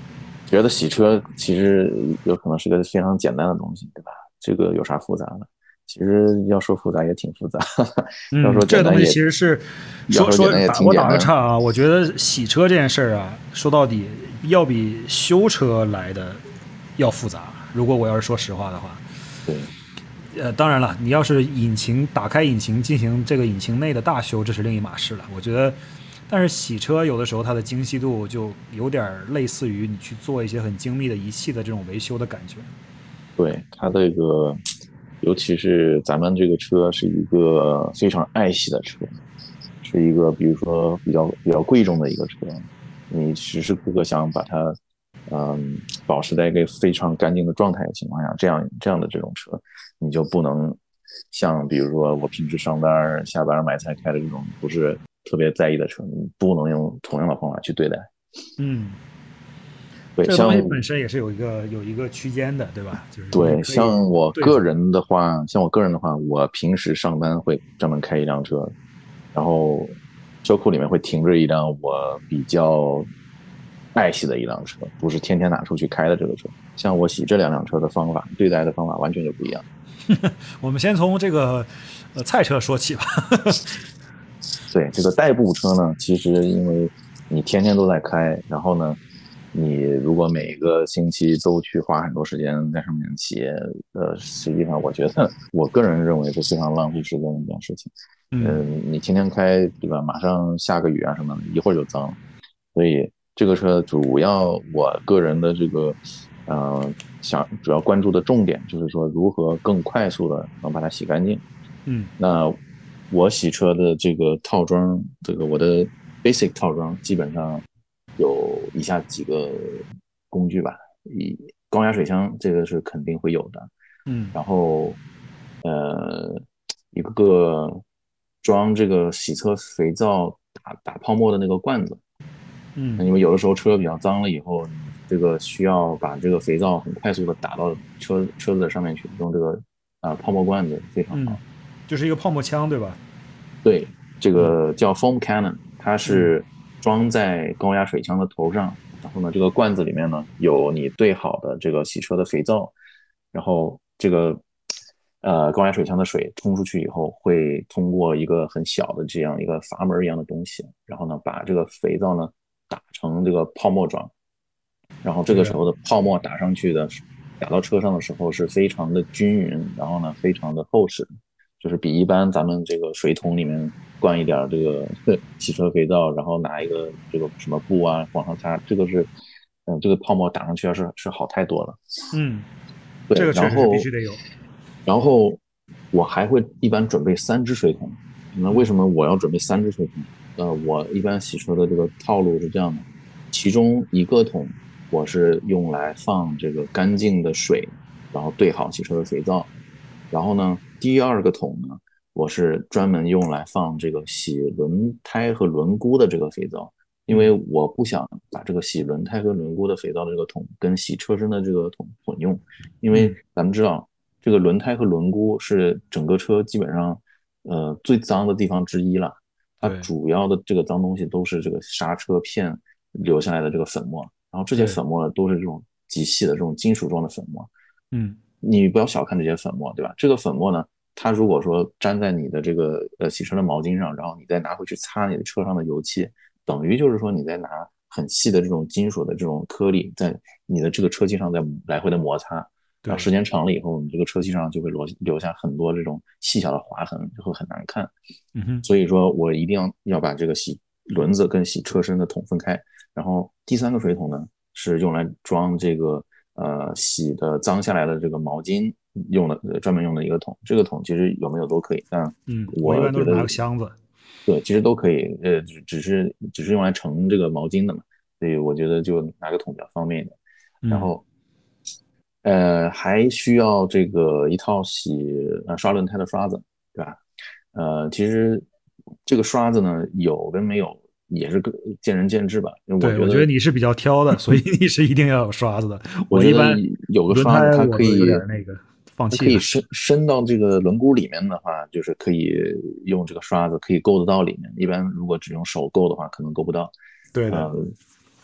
B: 觉得洗车其实有可能是个非常简单的东西，对吧？这个有啥复杂的？其实要说复杂也挺复杂，要
A: 嗯，
B: 说
A: 这个东西
B: 简单也
A: 其实是
B: 要说简单也
A: 我打个
B: 挺简单。
A: 岔啊，我觉得洗车这件事儿啊，说到底要比修车来的要复杂。如果我要是说实话的话，
B: 对
A: 当然了，你要是打开引擎进行这个引擎内的大修，这是另一码事了。我觉得，但是洗车有的时候它的精细度就有点类似于你去做一些很精密的仪器的这种维修的感觉。
B: 对，它这个，尤其是咱们这个车是一个非常爱惜的车，是一个比如说比较贵重的一个车，你时时刻刻想把它，保持在一个非常干净的状态的情况下，这样的这种车，你就不能像比如说我平时上班下班买菜开的这种不是特别在意的车，你不能用同样的方法去对待。
A: 嗯，
B: 对，
A: 这个东
B: 像
A: 西本身也是有一个区间的，对吧？就是你
B: 对，
A: 可以
B: 像我
A: 对付。
B: 个人的话，我平时上班会专门开一辆车，然后车库里面会停着一辆我比较爱惜的一辆车，不是天天拿出去开的这个车。像我洗这两辆车的方法，对待的方法完全就不一样。
A: 我们先从这个菜车说起吧。
B: 对，这个代步车呢，其实因为你天天都在开，然后呢，你如果每个星期都去花很多时间在上面骑，实际上我觉得我个人认为是非常浪费时间的一件事情。
A: 嗯
B: 你天天开，对吧？马上下个雨啊什么的，一会儿就脏了。所以这个车主要我个人的这个，主要关注的重点就是说如何更快速的能把它洗干净。
A: 嗯
B: 那我洗车的这个套装，这个我的 basic 套装基本上有以下几个工具吧。高压水枪，这个是肯定会有的。
A: 嗯
B: 然后呃，一个装这个洗车肥皂打泡沫的那个罐子。
A: 嗯
B: 那因为有的时候车比较脏了以后，你这个需要把这个肥皂很快速的打到车子的上面去，用这个泡沫罐子非常
A: 嗯，
B: 好。
A: 就是一个泡沫枪，对吧？
B: 对，这
A: 嗯
B: 个叫 foam cannon，它
A: 嗯
B: 是装在高压水枪的头上，然后呢，这个罐子里面呢有你兑好的这个洗车的肥皂，然后这个高压水枪的水冲出去以后，会通过一个很小的这样一个阀门一样的东西，然后呢把这个肥皂呢打成这个泡沫状，然后这
A: 这个
B: 个时候的泡沫打到车上的时候是非常的均匀，然后呢非常的厚实，就是比一般咱们这个水桶里面灌一点这个洗车肥皂，然后拿一个这个什么布啊往上擦，这个是这个泡沫打上去是好太多了。
A: 嗯，这
B: 对，
A: 个确实是必须得有。
B: 然后我还会一般准备3只水桶。那为
A: 嗯
B: 什么我要准备3只水桶？我一般洗车的这个套路是这样的，其中一个桶我是用来放这个干净的水，然后兑好洗车的肥皂。然后呢，第二个桶呢，我是专门用来放这个洗轮胎和轮毂的这个肥皂，因为
A: 嗯
B: 我不想把这个洗轮胎和轮毂的肥皂的这个桶跟洗车身的这个桶混用，因为
A: 嗯，
B: 咱们知道这个轮胎和轮毂是整个车基本上最脏的地方之一了。它
A: 对
B: 主要的这个脏东西都是这个刹车片留下来的这个粉末，然后这些
A: 对，
B: 粉末都是这种极细的这种金属状的粉末。
A: 嗯
B: 你不要小看这些粉末，对吧？这个粉末呢，它如果说粘在你的这个洗车的毛巾上，然后你再拿回去擦你的车上的油漆，等于就是说你在拿很细的这种金属的这种颗粒在你的这个车漆上在来回的摩擦，然后
A: 对，
B: 时间长了以后，你这个车漆上就会留下很多这种细小的划痕，就会很难看。
A: 嗯哼
B: 所以说我一定要把这个洗轮子跟洗车身的桶分开。然后第三个水桶呢，是用来装这个洗的脏下来的这个毛巾用的，专门用的一个桶。这个桶其实有没有都可以，但
A: 嗯，我一
B: 我觉得
A: 般都是拿个箱子。
B: 对，其实都可以，只是用来盛这个毛巾的嘛，所以我觉得就拿个桶比较方便一点。然
A: 嗯，
B: 后还需要这个一套刷轮胎的刷子，对吧？其实这个刷子呢，有跟没有也是见仁见智吧。因为我
A: 对，
B: 觉得，
A: 我觉得你是比较挑的，所以你是一定要有刷子的。
B: 我觉得
A: 我一般
B: 有个
A: 轮
B: 刷子，
A: 胎我都有点那个放弃了。
B: 它可以伸到这个轮毂里面的话，就是可以用这个刷子可以够得到里面。一般如果只用手够的话，可能够不到。
A: 对的，
B: 呃，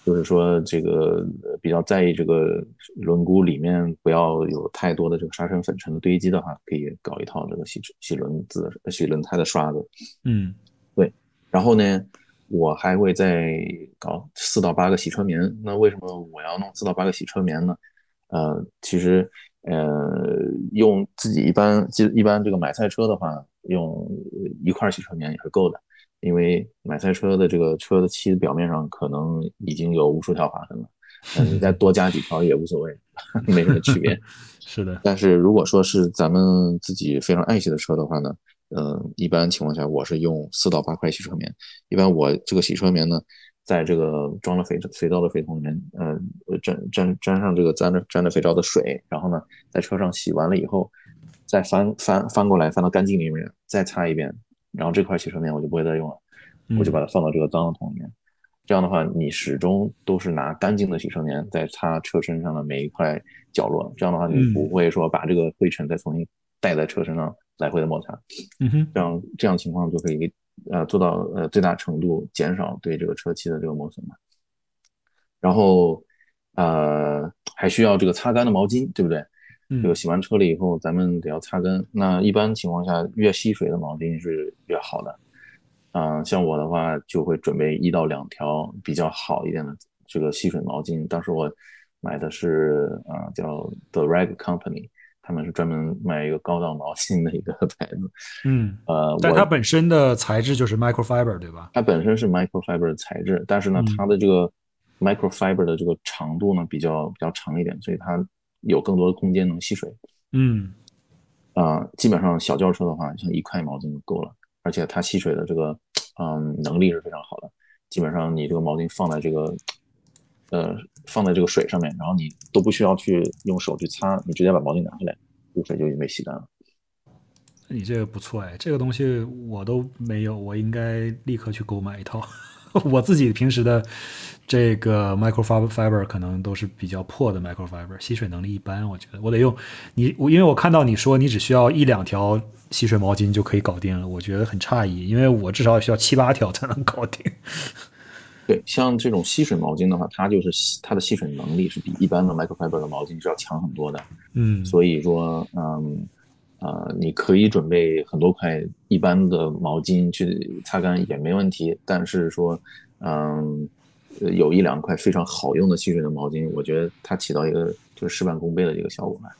B: 就是说这个比较在意这个轮毂里面不要有太多的这个沙尘粉尘的堆积的话，可以搞一套这个洗轮胎的刷子。
A: 嗯
B: 对，然后呢，我还会再搞4到8个洗车棉。那为什么我要弄4到8个洗车棉呢？其实用自己一般这个买菜车的话，用一块洗车棉也是够的，因为买菜车的这个车的漆表面上可能已经有无数条划痕了，你再多加几条也无所谓，没什么区别。
A: 是的。
B: 但是如果说是咱们自己非常爱惜的车的话呢，一般情况下我是用4到8块洗车棉。一般我这个洗车棉呢，在这个装了肥皂的肥桶里面，沾上这个沾着肥皂的水，然后呢，在车上洗完了以后，再翻过来翻到干净里面，再擦一遍，然后这块洗车棉我就不会再用了，我就把它放到这个脏的桶里面。这样的话，你始终都是拿干净的洗车棉在擦车身上的每一块角落。这样的话，你不
A: 嗯
B: 会说把这个灰尘再重新带在车身上来回的摩擦。
A: 嗯哼。
B: 这样情况就可以做到最大程度减少对这个车漆的这个磨损嘛。然后还需要这个擦干的毛巾，对不对？这个
A: 嗯
B: 洗完车了以后，咱们得要擦干。那一般情况下，越吸水的毛巾是越好的。像我的话，就会准备1到2条比较好一点的这个吸水毛巾。当时我买的是叫 The Rag Company，他们是专门卖一个高档毛巾的一个牌子。
A: 嗯，但它
B: 我
A: 本身的材质就是 microfiber，对吧？
B: 它本身是 microfiber 的材质，但是呢，它
A: 嗯
B: 的这个 microfiber 的这个长度呢比较长一点，所以它有更多的空间能吸水。
A: 嗯
B: 基本上小轿车的话，像1块毛巾就够了，而且它吸水的这个能力是非常好的。基本上你这个毛巾呃放在这个水上面，然后你都不需要去用手去擦，你直接把毛巾拿下来，这个水就已经被吸干了。
A: 你这个不错哎，这个东西我都没有，我应该立刻去购买一套。我自己平时的这个 microfiber 可能都是比较破的 microfiber，吸水能力一般。我觉得我得用因为我看到你说你只需要1-2条吸水毛巾就可以搞定了，我觉得很诧异，因为我至少需要7-8条才能搞定。
B: 对，像这种吸水毛巾的话，它的吸水能力是比一般的 microfiber 的毛巾是要强很多的。
A: 嗯
B: 所以说，你可以准备很多块一般的毛巾去擦干也没问题。但是说，有1-2块非常好用的吸水的毛巾，我觉得它起到一个就是事半功倍的一个效果吧。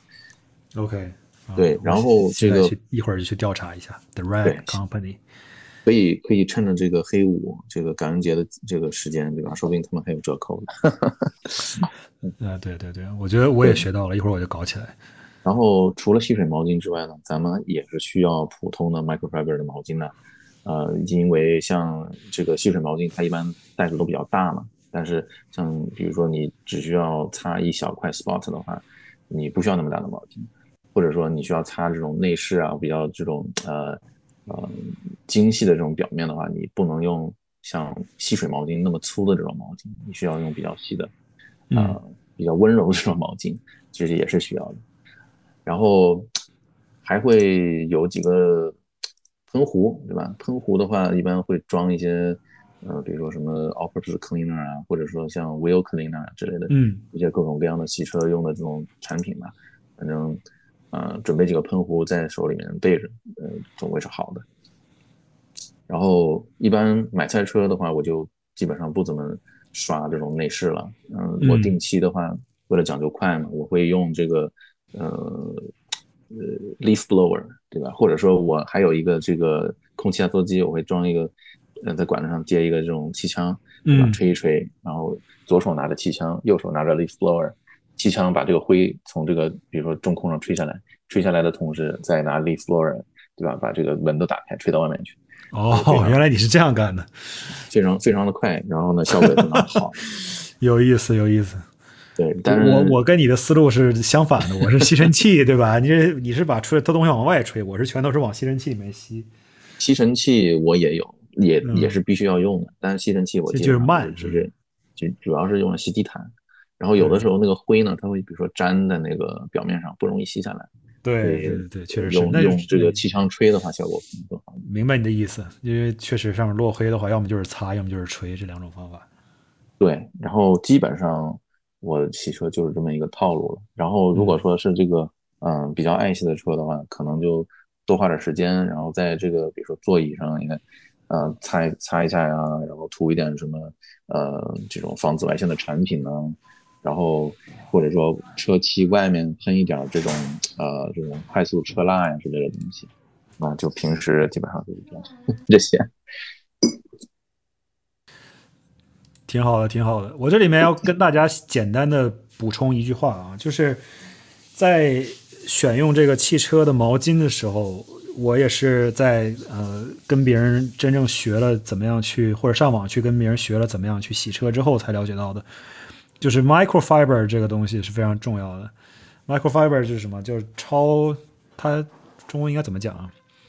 A: ，OK，
B: 对，
A: 我
B: 然后
A: 现在
B: 这个
A: 一会儿就去调查一下 The Rag
B: 对，
A: Company。
B: 可以趁着这个黑五这个感恩节的这个时间，对吧？说不定他们还有折扣的。
A: 对对对，我觉得我也
B: 对，
A: 学到了，一会儿我就搞起来。
B: 然后除了吸水毛巾之外呢，咱们也是需要普通的 microfiber 的毛巾的。因为像这个吸水毛巾，它一般 size 都比较大嘛。但是像比如说你只需要擦一小块 spot 的话，你不需要那么大的毛巾。或者说你需要擦这种内饰啊，比较这种呃精细的这种表面的话，你不能用像吸水毛巾那么粗的这种毛巾，你需要用比较细的，
A: 嗯
B: 比较温柔的这种毛巾，其实也是需要的。然后还会有几个喷壶，对吧？喷壶的话，一般会装一些，比如说什么 all-purpose cleaner 啊，或者说像 wheel cleaner 啊之类的
A: 嗯
B: 一些各种各样的洗车用的这种产品吧。反正，准备几个喷壶在手里面备着，总归是好的。然后一般买菜车的话，我就基本上不怎么刷这种内饰了。我定
A: 嗯
B: 期的话，为了讲究快嘛，我会用这个呃leaf blower，对吧？或者说我还有一个这个空气压缩机，我会装一个在管子上接一个这种气枪，对吧？
A: 嗯。
B: 吹一吹，然后左手拿着气枪，右手拿着 leaf blower，气枪把这个灰从这个比如说中空上吹下来，吹下来的同时再拿 leaf blower，对吧？把这个门都打开，吹到外面去。就是非
A: 哦，原
B: 常
A: 来你是这样干的。
B: 非常的快，然后呢效果也非常好。
A: 有意思，有意思。
B: 对，
A: 我
B: 但是
A: 我我跟你的思路是相反的，我是吸尘器，对吧？你是把它东西往外吹，我是全都是往吸尘器里面吸。
B: 吸尘器我也有，也是
A: 嗯，
B: 必须要用的，但是吸尘器我
A: 这就是
B: 基本上就是
A: 慢，是不是？
B: 就主要是用来吸地毯，然后有的
A: 对
B: 时候那个灰呢，它会比如说粘在那个表面上，不容易吸下来，所以
A: 对对对对，确实是。
B: 用这个气枪吹的话，效果可能更好一点。
A: 明白你的意思，因为确实上面落灰的话，要么就是擦，要么就是吹这两种方法。
B: 对，然后基本上我洗车就是这么一个套路了。然后如果
A: 嗯。
B: 说是这个比较爱惜的车的话，可能就多花点时间，然后在这个比如说座椅上应该擦一下呀，然后涂一点什么这种防紫外线的产品呢，然后或者说车漆外面喷一点这种快速车蜡呀之类的东西。那就平时基本上就是这样这些。
A: 挺好的，挺好的。我这里面要跟大家简单的补充一句话啊，就是在选用这个汽车的毛巾的时候，我也是在跟别人真正学了怎么样去，或者上网去跟别人学了怎么样去洗车之后才了解到的，就是 microfiber 这个东西是非常重要的。microfiber 是什么？就是它中文应该怎么讲啊？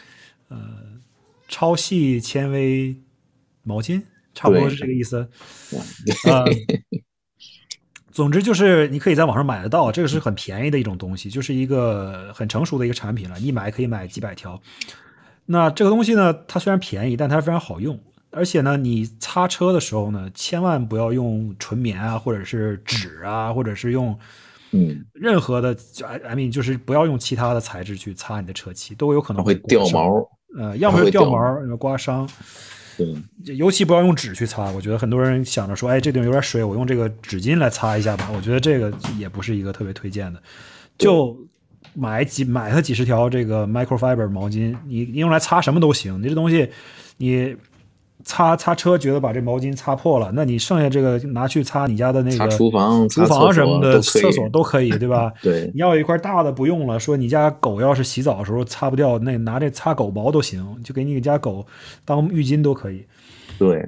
A: 超细纤维毛巾，差不多
B: 对，
A: 是这个意思。呃，
B: 对，
A: 总之就是你可以在网上买得到，这个是很便宜的一种东西，就是一个很成熟的一个产品了，一买可以买几百条。那这个东西呢，它虽然便宜，但它非常好用，而且呢，你擦车的时候呢，千万不要用纯棉啊，或者是纸啊，或者是用
B: 嗯，
A: 任何的，I mean，就是不要用其他的材质去擦你的车漆，都有可能
B: 它会
A: 会刮伤。
B: 掉毛，
A: 要么
B: 它
A: 就掉毛，
B: 会掉毛。
A: 要么刮伤。
B: 对，
A: 尤其不要用纸去擦，我觉得很多人想着说，哎，这地方有点水，我用这个纸巾来擦一下吧。我觉得这个也不是一个特别推荐的，
B: 对，
A: 就买它几十条这个 microfiber 毛巾，你用来擦什么都行。你这东西，你擦车觉得把这毛巾擦破了，那你剩下这个拿去擦你家的那
B: 擦
A: 个
B: 厨房、
A: 厨
B: 擦厕所
A: 房什么的，厕
B: 都可以。
A: 所都可以，对吧？
B: 对，
A: 你要有一块大的不用了，说你家狗要是洗澡的时候擦不掉，那拿这擦狗毛都行，就给你家狗当浴巾都可以。
B: 对，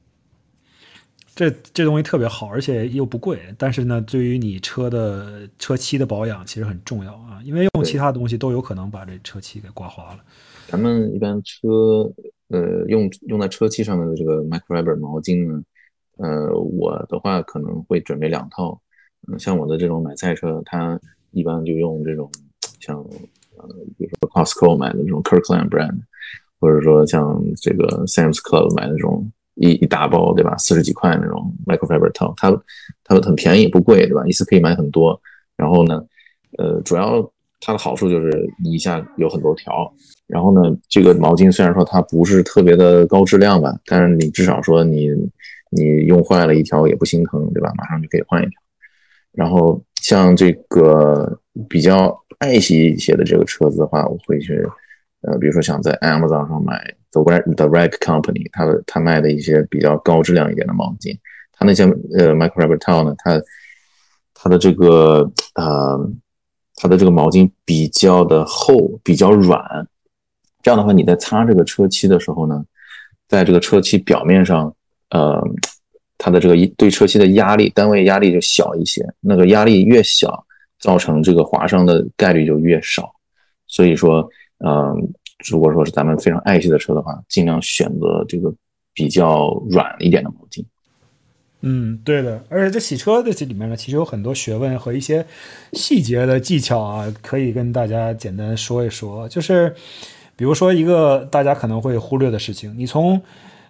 A: 这东西特别好，而且又不贵，但是呢，对于你车的车漆的保养其实很重要啊，因为用其
B: 对，
A: 他东西都有可能把这车漆给刮花了。
B: 咱们一般车，用在车漆上面的这个 microfiber 毛巾呢，我的话可能会准备2套。像我的这种买菜车，它一般就用这种像比如说 Costco 买的这种 Kirkland brand，或者说像这个 Sam's Club 买的这种一大包，对吧？40几块那种 microfiber 套，它很便宜不贵，对吧？一次可以买很多。然后呢，主要它的好处就是你一下有很多条。然后呢，这个毛巾虽然说它不是特别的高质量吧，但是你至少说你用坏了一条也不心疼，对吧？马上就可以换一条。然后像这个比较爱惜一些的这个车子的话，我会去比如说想在 Amazon 上买 The Rag Company，它卖的一些比较高质量一点的毛巾，它那些microfiber towel 呢，它的这个它的这个毛巾比较的厚，比较软，这样的话你在擦这个车漆的时候呢，在这个车漆表面上，呃，它的这个对车漆的压力，单位压力就小一些，那个压力越小，造成这个划伤的概率就越少。所以说，如果说是咱们非常爱惜的车的话，尽量选择这个比较软一点的毛巾。
A: 嗯，对的，而且这洗车的这里面呢，其实有很多学问和一些细节的技巧啊，可以跟大家简单说一说。就是比如说一个大家可能会忽略的事情，你从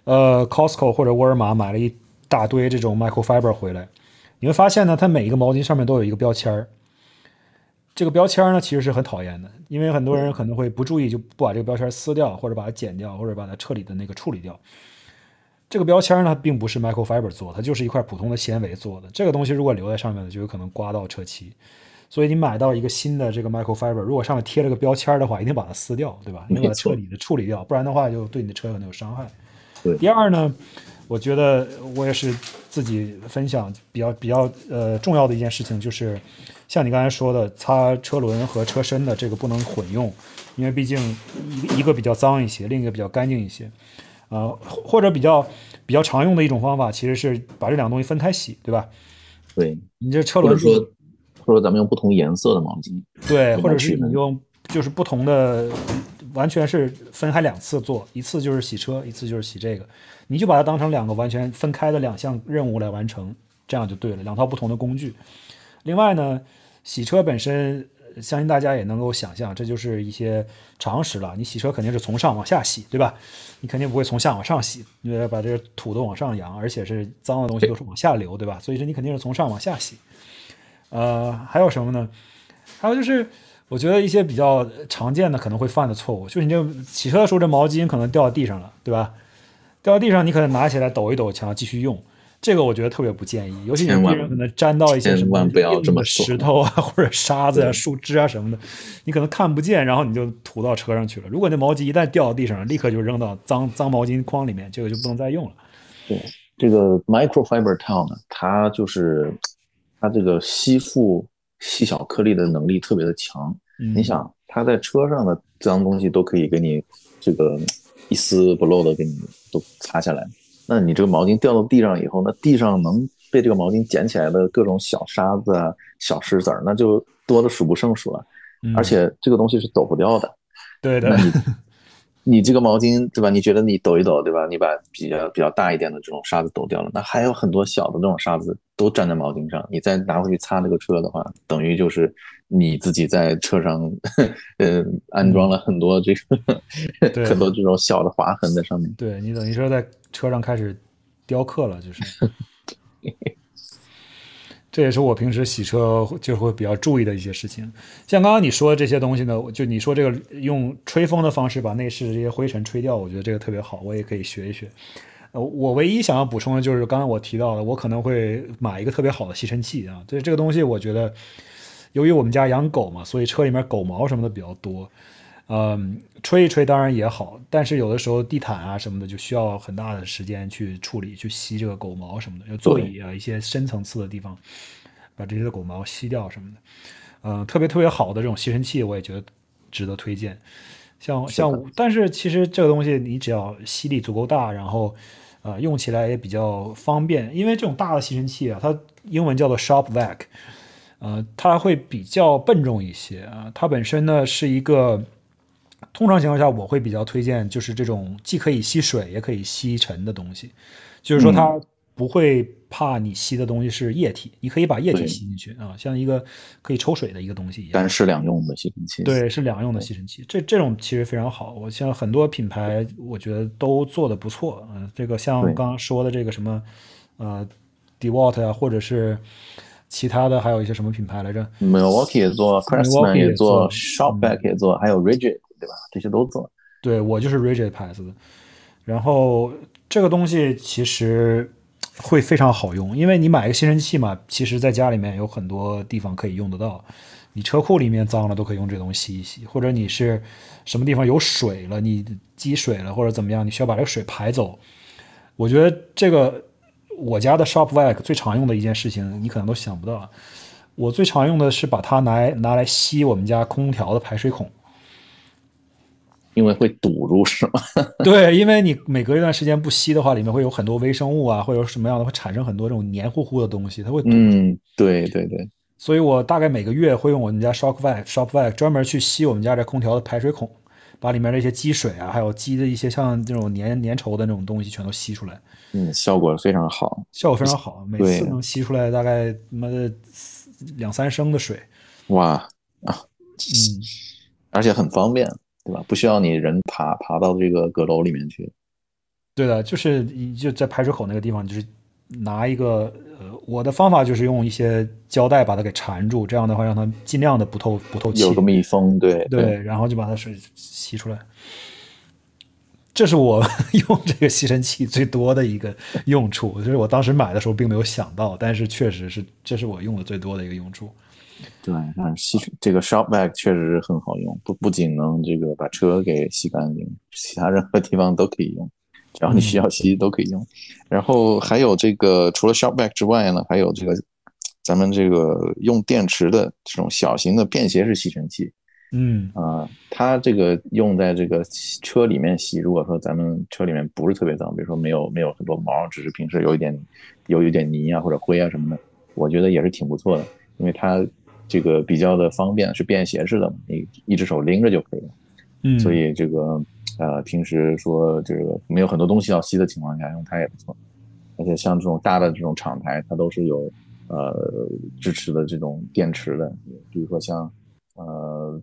A: Costco 或者沃尔玛买了一大堆这种 microfiber 回来，你会发现呢，它每一个毛巾上面都有一个标签儿。这个标签儿呢，其实是很讨厌的，因为很多人可能会不注意，就不把这个标签撕掉，或者把它剪掉，或者把它彻底的那个处理掉。这个标签呢，并不是 microfiber 做的，它就是一块普通的纤维做的。这个东西如果留在上面呢，就有可能刮到车漆。所以你买到一个新的这个 microfiber，如果上面贴了个标签的话，一定把它撕掉，对吧？一定把
B: 没错，
A: 它彻底的处理掉，不然的话就对你的车可能有伤害。
B: 对，
A: 第二呢，我觉得我也是自己分享比较重要的一件事情，就是像你刚才说的，擦车轮和车身的这个不能混用，因为毕竟一个比较脏一些，另一个比较干净一些。或者比较常用的一种方法，其实是把这两个东西分开洗，对吧？
B: 对，
A: 你这车
B: 或者说
A: 轮就
B: 或者说咱们用不同颜色的毛巾
A: 对，或者是
B: 来区分。
A: 你用就是不同的，完全是分开两次做，一次就是洗车，一次就是洗这个，你就把它当成两个完全分开的两项任务来完成，这样就对了，两套不同的工具。另外呢，洗车本身相信大家也能够想象，这就是一些常识了。你洗车肯定是从上往下洗，对吧？你肯定不会从下往上洗，因为把这个土都往上扬，而且是脏的东西都是往下流，对吧？所以说你肯定是从上往下洗。还有什么呢？还有就是，我觉得一些比较常见的可能会犯的错误，就是你这洗车的时候，这毛巾可能掉到地上了，对吧？掉到地上，你可能拿起来抖一抖，想要继续用，这个我觉得特别不建议，尤其是地上可能沾到一些什么
B: 千万不要这
A: 硬的
B: 么做。
A: 石头啊，或者沙子啊、
B: 对
A: 树枝啊什么的，你可能看不见，然后你就涂到车上去了。如果那毛巾一旦掉到地上，立刻就扔到脏毛巾筐里面，这个就不能再用了。
B: 对，这个 microfiber towel 呢，它就是它这个吸附细小颗粒的能力特别的强。你
A: 嗯，
B: 想，它在车上的脏东西都可以给你这个一丝不漏的给你都擦下来。那你这个毛巾掉到地上以后，那地上能被这个毛巾捡起来的各种小沙子啊、小石子儿，那就多的数不胜数了。而
A: 嗯，
B: 且这个东西是抖不掉的。
A: 对的，
B: 那你这个毛巾对吧？你觉得你抖一抖对吧？你把比较大一点的这种沙子抖掉了，那还有很多小的这种沙子都粘在毛巾上，你再拿回去擦这个车的话，等于就是你自己在车上安装
A: 嗯，
B: 了很多这个很
A: 对
B: 多这种小的划痕在上面。
A: 对，你等于说在车上开始雕刻了，就是。这也是我平时洗车就会比较注意的一些事情。像刚刚你说的这些东西呢，就你说这个用吹风的方式把内饰这些灰尘吹掉，我觉得这个特别好，我也可以学一学。我唯一想要补充的就是刚刚我提到的，我可能会买一个特别好的吸尘器啊。这个东西，我觉得由于我们家养狗嘛，所以车里面狗毛什么的比较多。吹一吹当然也好，但是有的时候地毯啊什么的就需要很大的时间去处理、去吸这个狗毛什么的，就座
B: 对，
A: 椅啊一些深层次的地方，把这些狗毛吸掉什么的。特别好的这种吸尘器，我也觉得值得推荐。
B: 是的，
A: 但是其实这个东西你只要吸力足够大，然后用起来也比较方便，因为这种大的吸尘器啊，它英文叫做 shop vac，它会比较笨重一些啊，它本身呢是一个。通常情况下，我会比较推荐就是这种既可以吸水也可以吸尘的东西，就是说
B: 嗯，
A: 它不会怕你吸的东西是液体，你可以把液体
B: 对，
A: 吸进去啊，像一个可以抽水的一个东西一样。
B: 干湿两用的吸尘器。
A: 对，是两用的
B: 对，
A: 吸尘器，这种其实非常好。我像很多品牌，我觉得都做的不错。这个像
B: 对
A: 刚刚说的这个什么，呃，DeWalt 啊，或者是其他的，还有一些什么品牌来着
B: ，Milwaukee 也做，Craftsman
A: ？Milwaukee
B: 也做
A: 也做，
B: ，Shopback 也做，还有 Rigid 对吧？这些都做。
A: 对，我就是 Rigid 牌子的。然后这个东西其实会非常好用，因为你买一个吸尘器嘛，其实在家里面有很多地方可以用得到。你车库里面脏了都可以用这东西洗一洗，或者你是什么地方有水了，你积水了或者怎么样，你需要把这个水排走。我觉得这个我家的 Shop Vac 最常用的一件事情，你可能都想不到。我最常用的是把它拿来吸我们家空调的排水孔。
B: 因为会堵住是吗？
A: 对，因为你每隔一段时间不吸的话，里面会有很多微生物啊，会有什么样的，会产生很多这种黏糊糊的东西，它会堵住。
B: 嗯，对对对，
A: 所以我大概每个月会用我们家 Shopvac 专门去吸我们家这空调的排水孔，把里面这些积水啊，还有积的一些像这种粘稠的那种东西全都吸出来，
B: 嗯，效果非常好。
A: 效果非常好，每次
B: 对，
A: 能吸出来大概他妈的两三升的水。
B: 哇啊，
A: 嗯，
B: 而且很方便，对吧？不需要你人爬到这个阁楼里面去。
A: 对的，就是你就在排水口那个地方，就是拿一个我的方法就是用一些胶带把它给缠住，这样的话让它尽量的不透气，
B: 有个密封，对对，
A: 对，然后就把它水吸出来。这是我用这个吸尘器最多的一个用处，就是我当时买的时候并没有想到，但是确实是这是我用的最多的一个用处。
B: 对，这个 Shopback 确实很好用，不仅能这个把车给洗干净，其他任何地方都可以用，只要你需
A: 嗯
B: 要洗都可以用。然后还有这个除了 Shopback 之外呢，还有这个咱们这个用电池的这种小型的便携式吸尘器。
A: 嗯
B: 它这个用在这个车里面洗，如果说咱们车里面不是特别脏，比如说没有很多毛，只是平时有一点泥啊或者灰啊什么的，我觉得也是挺不错的，因为它这个比较的方便，是便携式的，你一只手拎着就可以了。所
A: 嗯
B: 以这个平时说这个没有很多东西要吸的情况下，用它也不错。而且像这种大的这种厂牌，它都是有支持的这种电池的，比如说像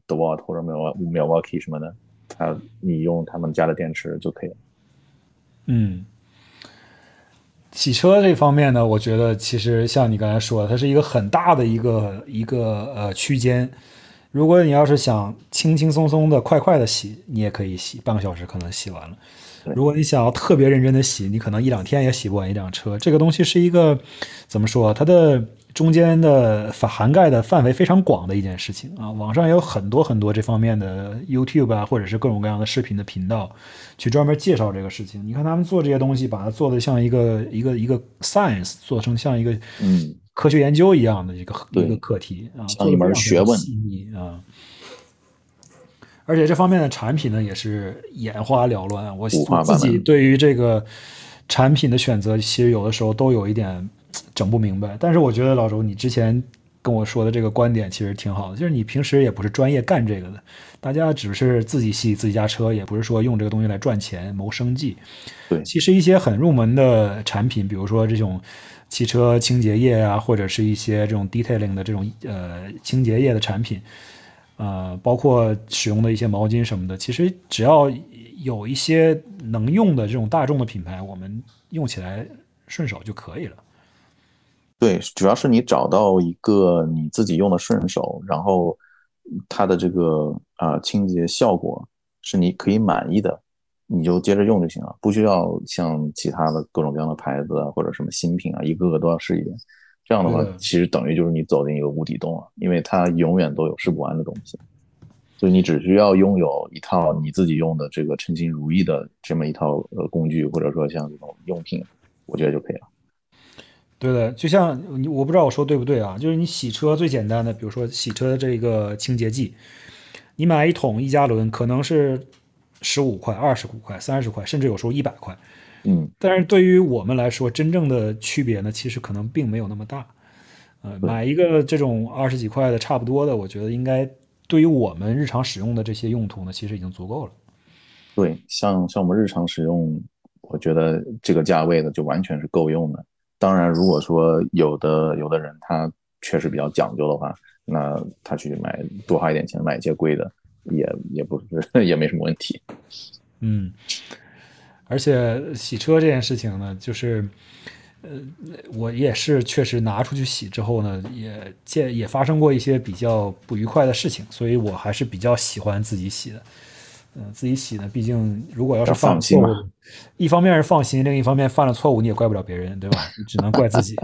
B: DeWalt 或者 Milwaukee 什么的，你用他们家的电池就可以了。
A: 嗯，洗车这方面呢，我觉得其实像你刚才说的，它是一个很大的一个区间。如果你要是想轻轻松松的、快快的洗，你也可以洗，半个小时可能洗完了。
B: 对，
A: 如果你想要特别认真的洗，你可能一两天也洗不完一辆车。这个东西是一个怎么说？它的中间的涵盖的范围非常广的一件事情啊。网上也有很多很多这方面的 YouTube 啊，或者是各种各样的视频的频道，去专门介绍这个事情。你看他们做这些东西，把它做的像一个 science，做成像一个
B: 嗯，
A: 科学研究一样的一个
B: 对，
A: 课题啊，
B: 像一
A: 做的非
B: 门学问。
A: 常非常细腻啊。而且这方面的产品呢，也是眼花缭乱。我
B: 五
A: 我自
B: 花八门。
A: 己对于这个产品的选择，其实有的时候都有一点整不明白。但是我觉得老周，你之前跟我说的这个观点其实挺好的，就是你平时也不是专业干这个的，大家只是自己洗自己家车，也不是说用这个东西来赚钱谋生计。
B: 对，
A: 其实一些很入门的产品，比如说这种汽车清洁液啊，或者是一些这种 detailing 的这种清洁液的产品，包括使用的一些毛巾什么的，其实只要有一些能用的这种大众的品牌，我们用起来顺手就可以了。
B: 对，主要是你找到一个你自己用的顺手，然后它的这个清洁效果是你可以满意的，你就接着用就行了，不需要像其他的各种各样的牌子啊或者什么新品啊，一个个都要试一遍。这样的话，
A: 对的，
B: 其实等于就是你走进一个无底洞了，因为它永远都有试不完的东西，所以你只需要拥有一套你自己用的这个称心如意的这么一套工具，或者说像这种用品，我觉得就可以了。
A: 对的，就像你，我不知道我说对不对啊？就是你洗车最简单的，比如说洗车的这个清洁剂，你买一桶1加仑可能是15块、25块、30块，甚至有时候100块。
B: 嗯，
A: 但是对于我们来说，真正的区别呢，其实可能并没有那么大。
B: 对。
A: 买一个这种20几块的差不多的，我觉得应该对于我们日常使用的这些用途呢，其实已经足够了。
B: 对，像我们日常使用，我觉得这个价位的就完全是够用的。当然，如果说有的人他确实比较讲究的话，那他去买多花一点钱买一些贵的，也不是也没什么问题。
A: 嗯，而且洗车这件事情呢，就是我也是确实拿出去洗之后呢，也发生过一些比较不愉快的事情，所以我还是比较喜欢自己洗的。自己洗呢，毕竟如果要是
B: 要
A: 犯了
B: 放心嘛。
A: 错误，一方面是放心，另一方面犯了错误你也怪不了别人，对吧？你只能怪自己。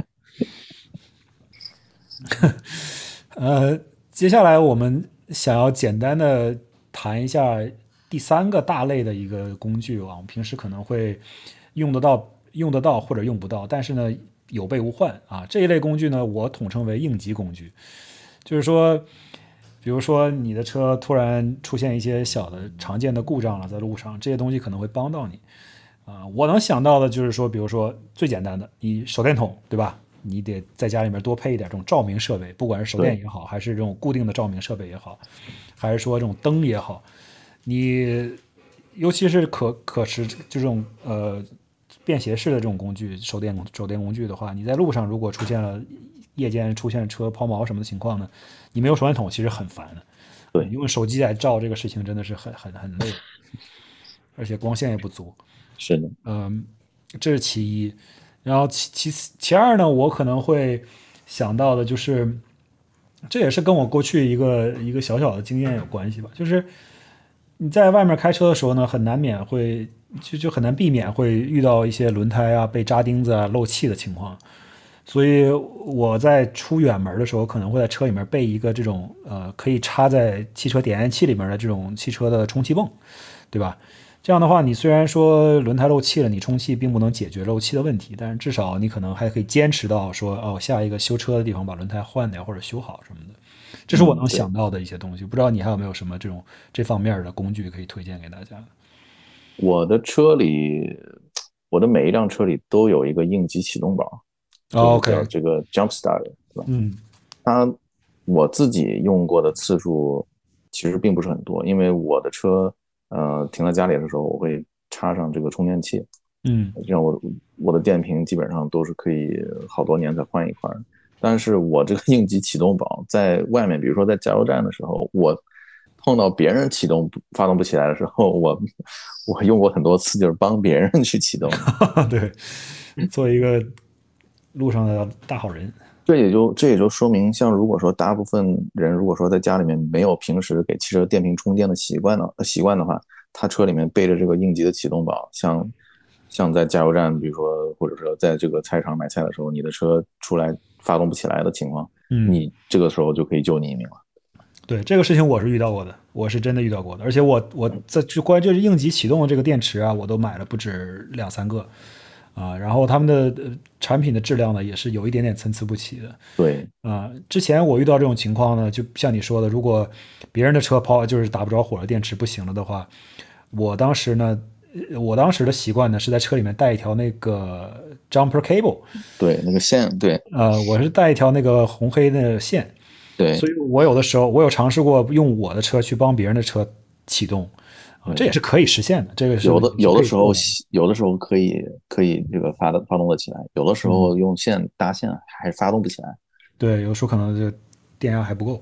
A: 接下来我们想要简单的谈一下第三个大类的一个工具啊，我们平时可能会用得到或者用不到，但是呢有备无患啊。这一类工具呢，我统称为应急工具，就是说，比如说你的车突然出现一些小的常见的故障了，在路上，这些东西可能会帮到你。我能想到的就是说，比如说最简单的，你手电筒，对吧？你得在家里面多配一点这种照明设备，不管是手电
B: 对，
A: 也好，还是这种固定的照明设备也好，还是说这种灯也好，你尤其是可持这种便携式的这种工具，手电工具的话，你在路上如果出现了夜间出现车抛锚什么的情况呢，你没有手电筒其实很烦的。你
B: 对，
A: 用手机来照这个事情真的是很累，而且光线也不足。
B: 是的。
A: 这是其一。然后其二呢，我可能会想到的就是，这也是跟我过去一个小小的经验有关系吧。就是你在外面开车的时候呢，很难免会就很难避免会遇到一些轮胎啊被扎钉子啊漏气的情况。所以我在出远门的时候，可能会在车里面备一个这种可以插在汽车点烟器里面的这种汽车的充气泵，对吧？这样的话，你虽然说轮胎漏气了，你充气并不能解决漏气的问题，但是至少你可能还可以坚持到说，哦，下一个修车的地方把轮胎换掉或者修好什么的。这是我
B: 嗯，
A: 能
B: 对。
A: 想到的一些东西，不知道你还有没有什么这方面的工具可以推荐给大家的？
B: 我的车里，我的每一辆车里都有一个应急启动宝，就
A: 哦
B: 是叫
A: ，OK，
B: 这个 Jump Start，是吧？
A: 嗯
B: 它我自己用过的次数其实并不是很多，因为我的车停在家里的时候，我会插上这个充电器，
A: 嗯
B: 这样我的电瓶基本上都是可以好多年才换一块儿。但是我这个应急启动宝在外面，比如说在加油站的时候，我碰到别人启动发动不起来的时候，我用过很多次，就是帮别人去启动。
A: 对，做一个路上的大好人。
B: 这也就说明，像如果说大部分人如果说在家里面没有平时给汽车电瓶充电的习惯的话，他车里面备着这个应急的启动宝，像在加油站，比如说或者说在这个菜场买菜的时候，你的车出来发动不起来的情况，
A: 嗯，
B: 你这个时候就可以救你一命了。
A: 对，这个事情我是遇到过的，我是真的遇到过的，而且我在就关于就是应急启动的这个电池啊，我都买了不止两三个啊，然后他们的产品的质量呢也是有一点点参差不齐的。
B: 对，
A: 啊，之前我遇到这种情况呢，就像你说的，如果别人的车就是打不着火了，电池不行了的话，我当时呢，我当时的习惯呢是在车里面带一条那个 jumper cable，
B: 对，那个线，对
A: 我是带一条那个红黑的线，所
B: 对
A: 以我有的时候我有尝试过用我的车去帮别人的车启动，啊，这
B: 对，
A: 也是可以实现的，这个是
B: 有的
A: 是
B: 有的时候
A: 可以做的。
B: 有的时候可以这个发动的起来，有的时
A: 嗯，
B: 候用线搭线还发动不起来。
A: 对，有时候可能这电压还不够，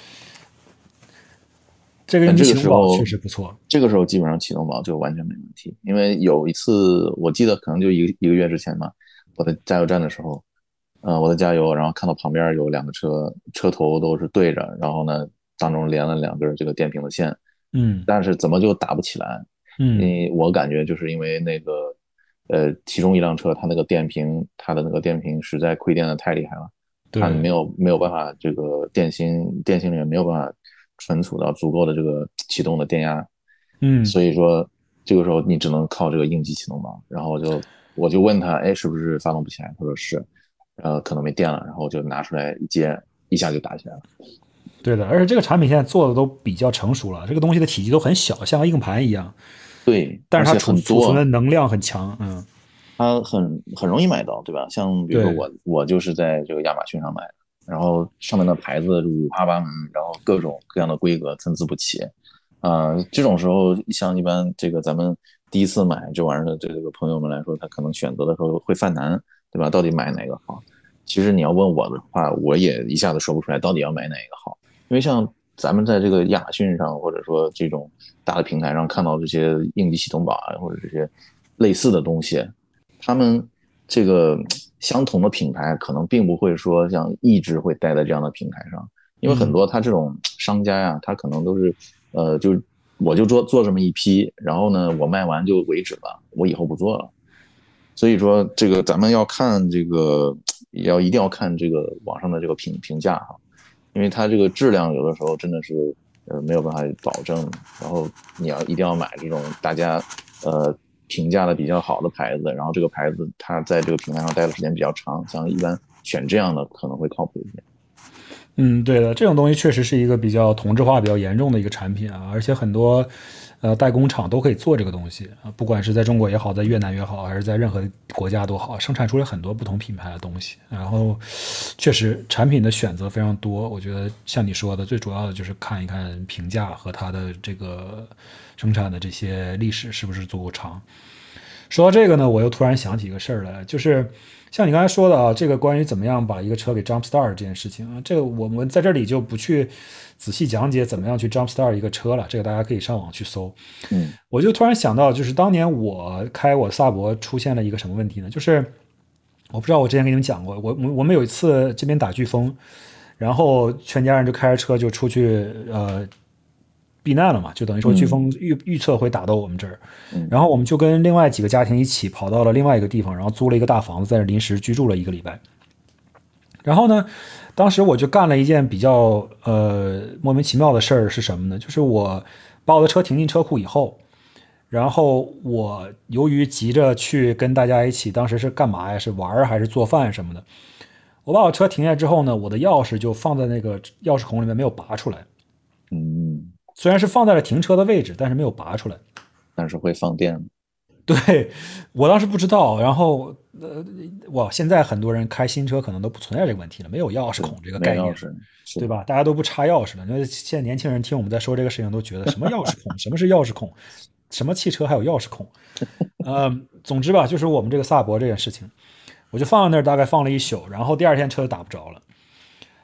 A: 这个应
B: 但这个
A: 急启动宝确
B: 时候，
A: 实不错。
B: 这个时候基本上启动宝就完全没问题，因为有一次我记得可能就一个月之前吧，我在加油站的时候，我在加油，然后看到旁边有两个车，车头都是对着，然后呢当中连了两根这个电瓶的线，
A: 嗯
B: 但是怎么就打不起来？
A: 嗯，
B: 我感觉就是因为那个，其中一辆车它那个电瓶，它的那个电瓶实在亏电的太厉害了，它
A: 对，
B: 没有办法，这个电芯里面没有办法存储到足够的这个启动的电压，
A: 嗯。
B: 所以说这个时候你只能靠这个应急启动宝。然后我就问他，哎，是不是发动不起来？他说是，可能没电了，然后我就拿出来一接，一下就打起来了。
A: 对的，而且这个产品现在做的都比较成熟了，这个东西的体积都很小，像个硬盘一样，
B: 对，
A: 但是它
B: 而且
A: 储存的能量很强。嗯，
B: 它很容易买到，对吧？像比如说
A: 对，
B: 我就是在这个亚马逊上买的，然后上面的牌子五花八门，然后各种各样的规格参差不齐，这种时候像一般这个咱们第一次买这玩意儿的这个朋友们来说，他可能选择的时候会犯难，对吧？到底买哪个好？其实你要问我的话，我也一下子说不出来到底要买哪个好，因为像咱们在这个亚马逊上，或者说这种大的平台上看到这些应急系统宝啊，或者这些类似的东西，他们这个相同的品牌可能并不会说像一直会待在这样的平台上，因为很
A: 嗯
B: 多他这种商家呀，他可能都是就我就做这么一批，然后呢我卖完就为止了，我以后不做了。所以说这个咱们要看这个，一定要看这个网上的这个评价哈，因为它这个质量有的时候真的是没有办法保证，然后你一定要买这种大家评价的比较好的牌子，然后这个牌子它在这个平台上待的时间比较长，像一般选这样的可能会靠谱一些。
A: 嗯，对的，这种东西确实是一个比较同质化比较严重的一个产品啊，而且很多代工厂都可以做这个东西啊，不管是在中国也好，在越南也好，还是在任何国家都好，生产出来很多不同品牌的东西。然后，确实产品的选择非常多，我觉得像你说的，最主要的就是看一看评价和它的这个生产的这些历史是不是足够长。说到这个呢，我又突然想起一个事儿来，就是像你刚才说的啊，这个关于怎么样把一个车给 jump start 这件事情啊，这个我们在这里就不去仔细讲解怎么样去 jump start 一个车了，这个大家可以上网去搜。
B: 嗯
A: 我就突然想到，就是当年我开我萨博出现了一个什么问题呢？就是我不知道我之前跟你们讲过，我们有一次这边打飓风，然后全家人就开着车就出去避难了嘛，就等于说飓
B: 嗯
A: 风预测会打到我们这儿，
B: 嗯
A: 然后我们就跟另外几个家庭一起跑到了另外一个地方，然后租了一个大房子，在这临时居住了1个礼拜。然后呢，当时我就干了一件比较莫名其妙的事儿，是什么呢？就是我把我的车停进车库以后，然后我由于急着去跟大家一起，当时是干嘛呀？是玩还是做饭什么的？我把我车停下之后呢，我的钥匙就放在那个钥匙孔里面没有拔出来，
B: 嗯，
A: 虽然是放在了停车的位置，但是没有拔出来。
B: 但是会放电。
A: 对，我当时不知道，然后哇，现在很多人开新车可能都不存在这个问题了，没有钥匙
B: 对，
A: 孔这个概念，
B: 没有钥匙，是的。
A: 对吧？大家都不插钥匙了。因为现在年轻人听我们在说这个事情，都觉得什么钥匙孔，什么是钥匙孔，什么汽车还有钥匙孔？总之吧，就是我们这个萨博这件事情，我就放在那儿，大概放了一宿，然后第二天车就打不着了。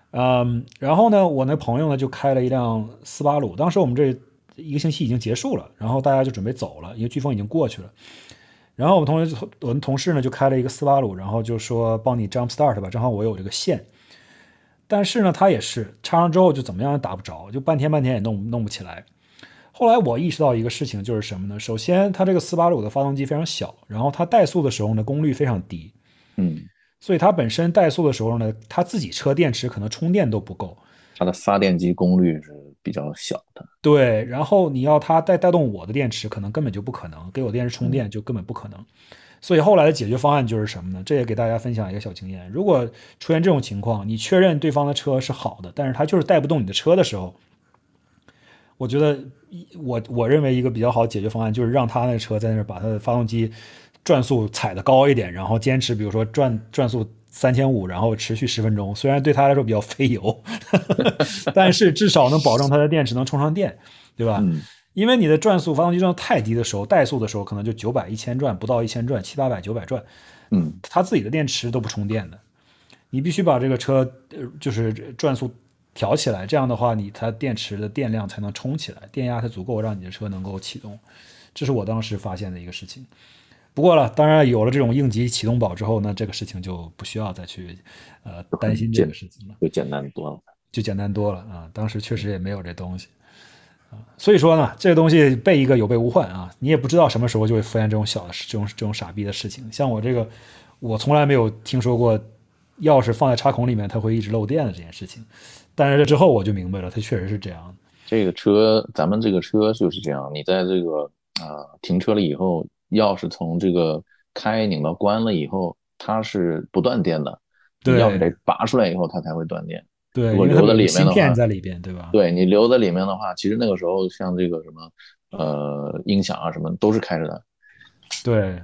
A: 然后呢，我那朋友呢就开了一辆斯巴鲁，当时我们这一个星期已经结束了，然后大家就准备走了，因为飓风已经过去了。然后我们同事呢就开了一个斯巴鲁，然后就说帮你 jump start 吧，正好我有这个线。但是呢，他也是插上之后就怎么样也打不着，就半天也弄不起来。后来我意识到一个事情，就是什么呢？首先，它这个斯巴鲁的发动机非常小，然后它怠速的时候呢，功率非常低，
B: 嗯，
A: 所以它本身怠速的时候呢，它自己车电池可能充电都不够。
B: 它的发电机功率是比较小的。
A: 对，然后你要它带动我的电池，可能根本就不可能，给我电池充
B: 嗯
A: 电就根本不可能。所以后来的解决方案就是什么呢？这也给大家分享一个小经验：如果出现这种情况，你确认对方的车是好的，但是他就是带不动你的车的时候，我觉得我认为一个比较好的解决方案就是让他那个车在那儿把它的发动机转速踩得高一点，然后坚持比如说转速3500，然后持续10分钟。虽然对他来说比较费油，但是至少能保证他的电池能充上电，对吧？
B: 嗯
A: 因为你的发动机转速太低的时候，怠速的时候可能就900、1000转，不到1000转，700、800、900转，
B: 嗯，
A: 它自己的电池都不充电的。你必须把这个车就是转速调起来，这样的话它电池的电量才能充起来，电压才足够让你的车能够启动。这是我当时发现的一个事情。不过了，当然有了这种应急启动宝之后呢，这个事情就不需要再去担心这个事情了，
B: 就简单多了。
A: 就简单多了啊。当时确实也没有这东西。所以说呢，这个东西备一个有备无患啊，你也不知道什么时候就会出现这种小的这种傻逼的事情。像我这个，我从来没有听说过钥匙放在插孔里面它会一直漏电的这件事情，但是这之后我就明白了，它确实是这样的。
B: 这个车，咱们这个车就是这样，你在这个停车了以后，钥匙从这个开拧到关了以后，它是不断电的。你钥匙
A: 对
B: 得拔出来以后，它才会断电。如
A: 对，因为它
B: 果留在
A: 有一个芯
B: 里面的话，
A: 片在里边，对吧？
B: 对你留在里面的话，其实那个时候像这个什么音响啊什么都是开着的。
A: 对。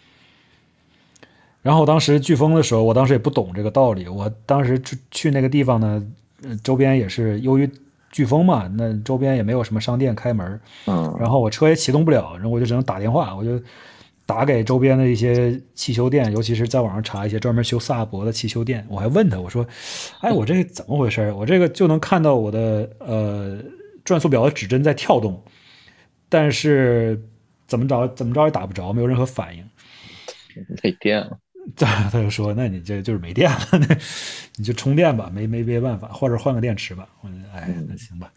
A: 然后当时飓风的时候，我当时也不懂这个道理。我当时去那个地方呢，周边也是由于飓风嘛，那周边也没有什么商店开门，然
B: 嗯，
A: 后我车也启动不了，然后我就只能打电话，我就打给周边的一些汽修店，尤其是在网上查一些专门修萨博的汽修店。我还问他，我说：“哎，我这怎么回事？我这个就能看到我的转速表的指针在跳动，但是怎么着也打不着，没有任何反应。”
B: 没电了。
A: 他就说：“那你这就是没电了，那你就充电吧，没别的办法，或者换个电池吧。”我说：“哎，那
B: 嗯，
A: 行吧。”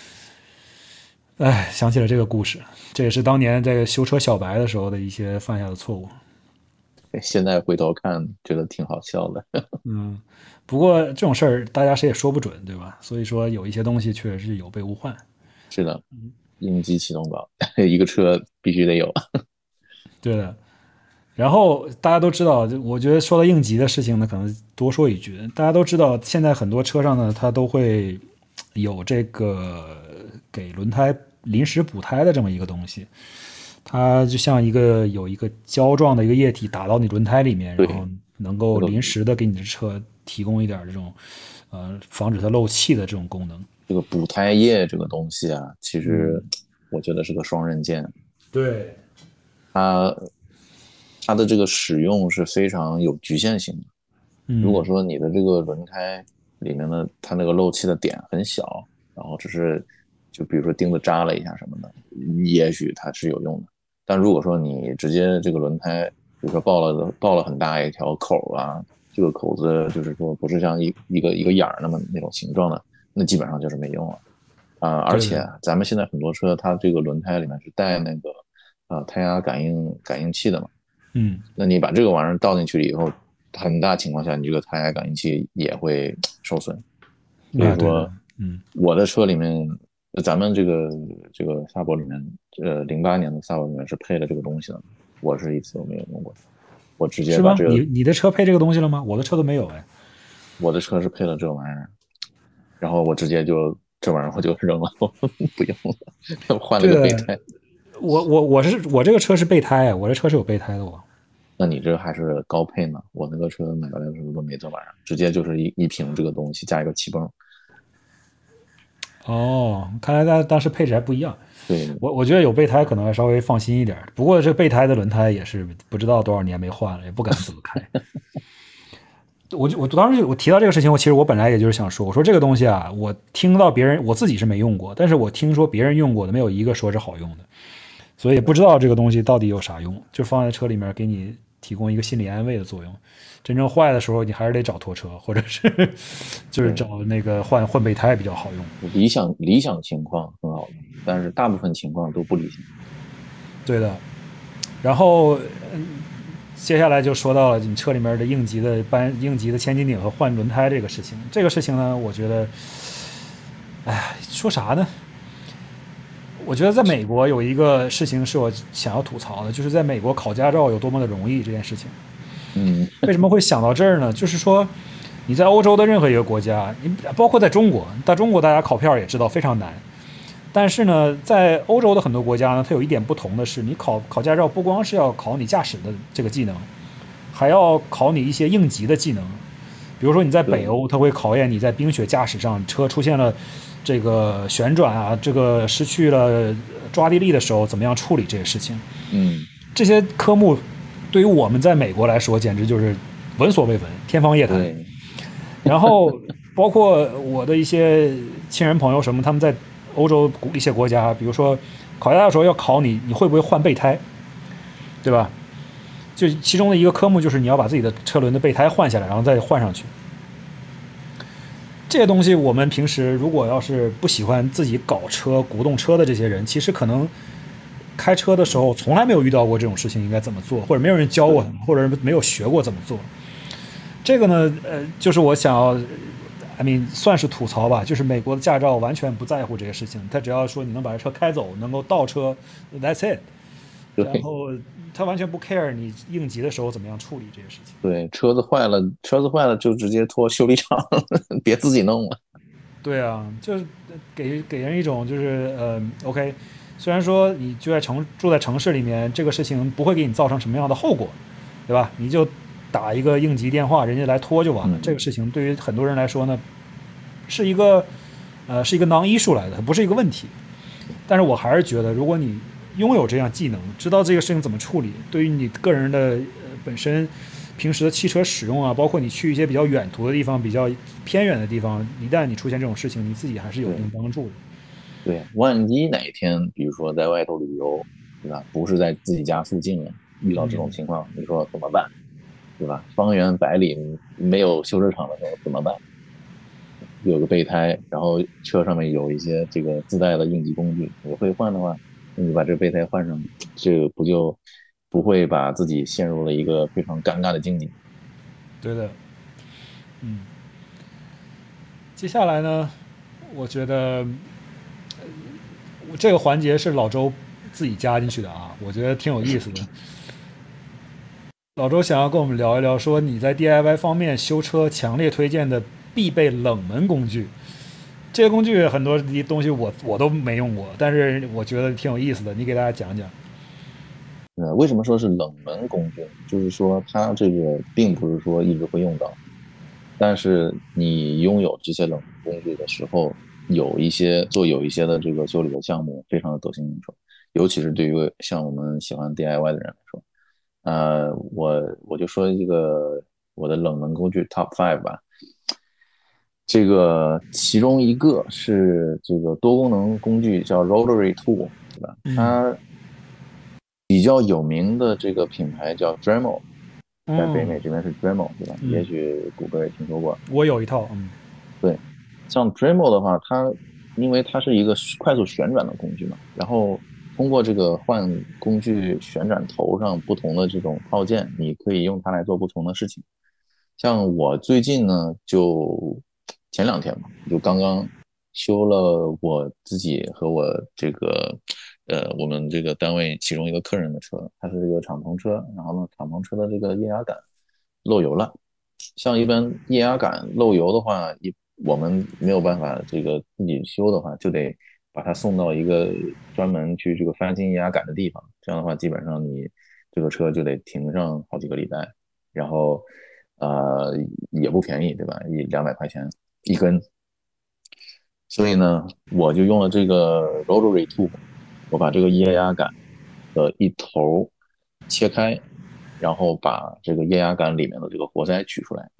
A: 哎，想起了这个故事，这也是当年在修车小白的时候的一些犯下的错误。
B: 现在回头看觉得挺好笑的。
A: 嗯，不过这种事儿大家谁也说不准，对吧？所以说有一些东西确实是有备无患。
B: 是的，应急启动宝，一个车必须得有。
A: 对的。然后大家都知道，我觉得说到应急的事情呢，可能多说一句，大家都知道，现在很多车上呢，它都会有这个给轮胎临时补胎的这么一个东西，它就像有一个胶状的一个液体打到你轮胎里面，然后
B: 对，
A: 能够
B: 这个
A: 临时的给你的车提供一点这种防止它漏气的这种功能。
B: 这个补胎液这个东西啊，其实我觉得是个双刃剑。
A: 对，
B: 它它的这个使用是非常有局限性的。如果
A: 嗯，
B: 说你的这个轮胎里面的它那个漏气的点很小，然后只是就比如说钉子扎了一下什么的，也许它是有用的。但如果说你直接这个轮胎，比如说爆了很大一条口啊，这个口子就是说不是像一个眼儿那种形状的，那基本上就是没用了。而
A: 对的，
B: 且咱们现在很多车，它这个轮胎里面是带那个胎压感应器的嘛。
A: 嗯，
B: 那你把这个玩意儿倒进去了以后，很大情况下你这个胎压感应器也会受损。所以
A: 那对的，
B: 说，
A: 嗯，
B: 我的车里面，咱们这个萨博里面，08年的萨博里面是配了这个东西的，我是一次都没有用过，我直接
A: 是吗？
B: 把这个，
A: 你的车配这个东西了吗？我的车都没有哎。
B: 我的车是配了这玩意儿，然后我直接就这玩意儿我就扔了，我不用了，换了
A: 对的，
B: 个备胎。
A: 我这个车是备胎，我这车是有备胎的我。
B: 那你这还是高配呢？我那个车买来的时候都没这玩意儿，直接就是一瓶这个东西加一个气泵。
A: 哦，看来大家当时配置还不一样。
B: 对，
A: 我觉得有备胎可能还稍微放心一点，不过这备胎的轮胎也是不知道多少年没换了，也不敢怎么开。 我当时我提到这个事情，其实我本来也就是想说，我说这个东西啊，我听到别人我自己是没用过，但是我听说别人用过的没有一个说是好用的，所以也不知道这个东西到底有啥用，就放在车里面给你提供一个心理安慰的作用。真正坏的时候，你还是得找拖车，或者是就是
B: 对，
A: 找那个换备胎比较好用。
B: 理想情况很好用，但是大部分情况都不理想。
A: 对的，然后接下来就说到了你车里面的应急的千斤顶和换轮胎这个事情。这个事情呢，我觉得，哎，说啥呢？我觉得在美国有一个事情是我想要吐槽的，就是在美国考驾照有多么的容易这件事情。
B: 嗯，
A: 为什么会想到这儿呢？就是说，你在欧洲的任何一个国家，你包括在中国，在中国大家考票也知道非常难。但是呢，在欧洲的很多国家呢，它有一点不同的是，你考驾照不光是要考你驾驶的这个技能，还要考你一些应急的技能。比如说你在北
B: 对，
A: 欧，它会考验你在冰雪驾驶上，车出现了这个旋转啊，这个失去了抓地力的时候，怎么样处理这些事情。
B: 嗯，
A: 这些科目对于我们在美国来说，简直就是闻所未闻、天方夜谭。
B: 对，
A: 然后包括我的一些亲人朋友什么，他们在欧洲一些国家，比如说考驾照的时候要考你会不会换备胎，对吧？就其中的一个科目就是你要把自己的车轮的备胎换下来，然后再换上去。这些东西我们平时如果要是不喜欢自己搞车、鼓动车的这些人，其实可能开车的时候从来没有遇到过这种事情应该怎么做，或者没有人教过他
B: 对，
A: 们，或者没有学过怎么做。这个呢，就是我想要，I mean，算是吐槽吧，就是美国的驾照完全不在乎这些事情，他只要说你能把这车开走，能够倒车，That's it。然
B: 对，
A: 后他完全不 care 你应急的时候怎么样处理这些事情。
B: 对，车子坏了就直接拖修理厂，别自己弄了。
A: 对啊，就是给人一种就是OK，虽然说你住在城市里面，这个事情不会给你造成什么样的后果，对吧？你就打一个应急电话，人家来拖就完了。这个
B: 嗯，
A: 事情对于很多人来说呢，是一个是一个 non issue 来的，它不是一个问题。但是我还是觉得，如果你拥有这样技能，知道这个事情怎么处理，对于你个人的本身平时的汽车使用啊，包括你去一些比较远途的地方、比较偏远的地方，一旦你出现这种事情，你自己还是有一定
B: 对，
A: 帮助的。
B: 对，万一哪一天，比如说在外头旅游，对吧？不是在自己家附近了，遇到这种
A: 嗯，
B: 情况，你说怎么办？对吧？方圆百里没有修车厂的时候怎么办？有个备胎，然后车上面有一些这个自带的应急工具，你会换的话，那你把这个备胎换上，这个不就不会把自己陷入了一个非常尴尬的境地？
A: 对的。嗯，接下来呢，我觉得这个环节是老周自己加进去的啊，我觉得挺有意思的。老周想要跟我们聊一聊，说你在 DIY 方面修车强烈推荐的必备冷门工具。这些工具很多东西我都没用过，但是我觉得挺有意思的，你给大家讲讲。
B: 为什么说是冷门工具呢？就是说它这个并不是说一直会用到，但是你拥有这些冷门工具的时候，有一些的这个修理的项目非常的得心应手，尤其是对于像我们喜欢 DIY 的人来说，我就说一个我的冷门工具 Top Five 吧。这个其中一个是这个多功能工具叫 Rotary Tool，对吧？
A: 嗯
B: 它比较有名的这个品牌叫 Dremel，在北美
A: 嗯
B: 这边是 Dremel，对吧？也
A: 嗯，
B: 许谷歌也听说过。
A: 我有一套，
B: 对，像 Dremel 的话，因为它是一个快速旋转的工具嘛，然后通过这个换工具旋转头上不同的这种套件，你可以用它来做不同的事情。像我最近呢，就前两天吧，就刚刚修了我自己和我这个我们这个单位其中一个客人的车，它是这个敞篷车，然后呢，敞篷车的这个液压杆漏油了。像一般液压杆漏油的话，我们没有办法这个自己修的话，就得把它送到一个专门去这个翻新液压杆的地方。这样的话，基本上你这个车就得停上好几个礼拜，然后也不便宜，对吧？200块钱一根。所以呢，我就用了这个 rotary tool，我把这个液压杆的一头切开，然后把这个液压杆里面的这个活塞取出来，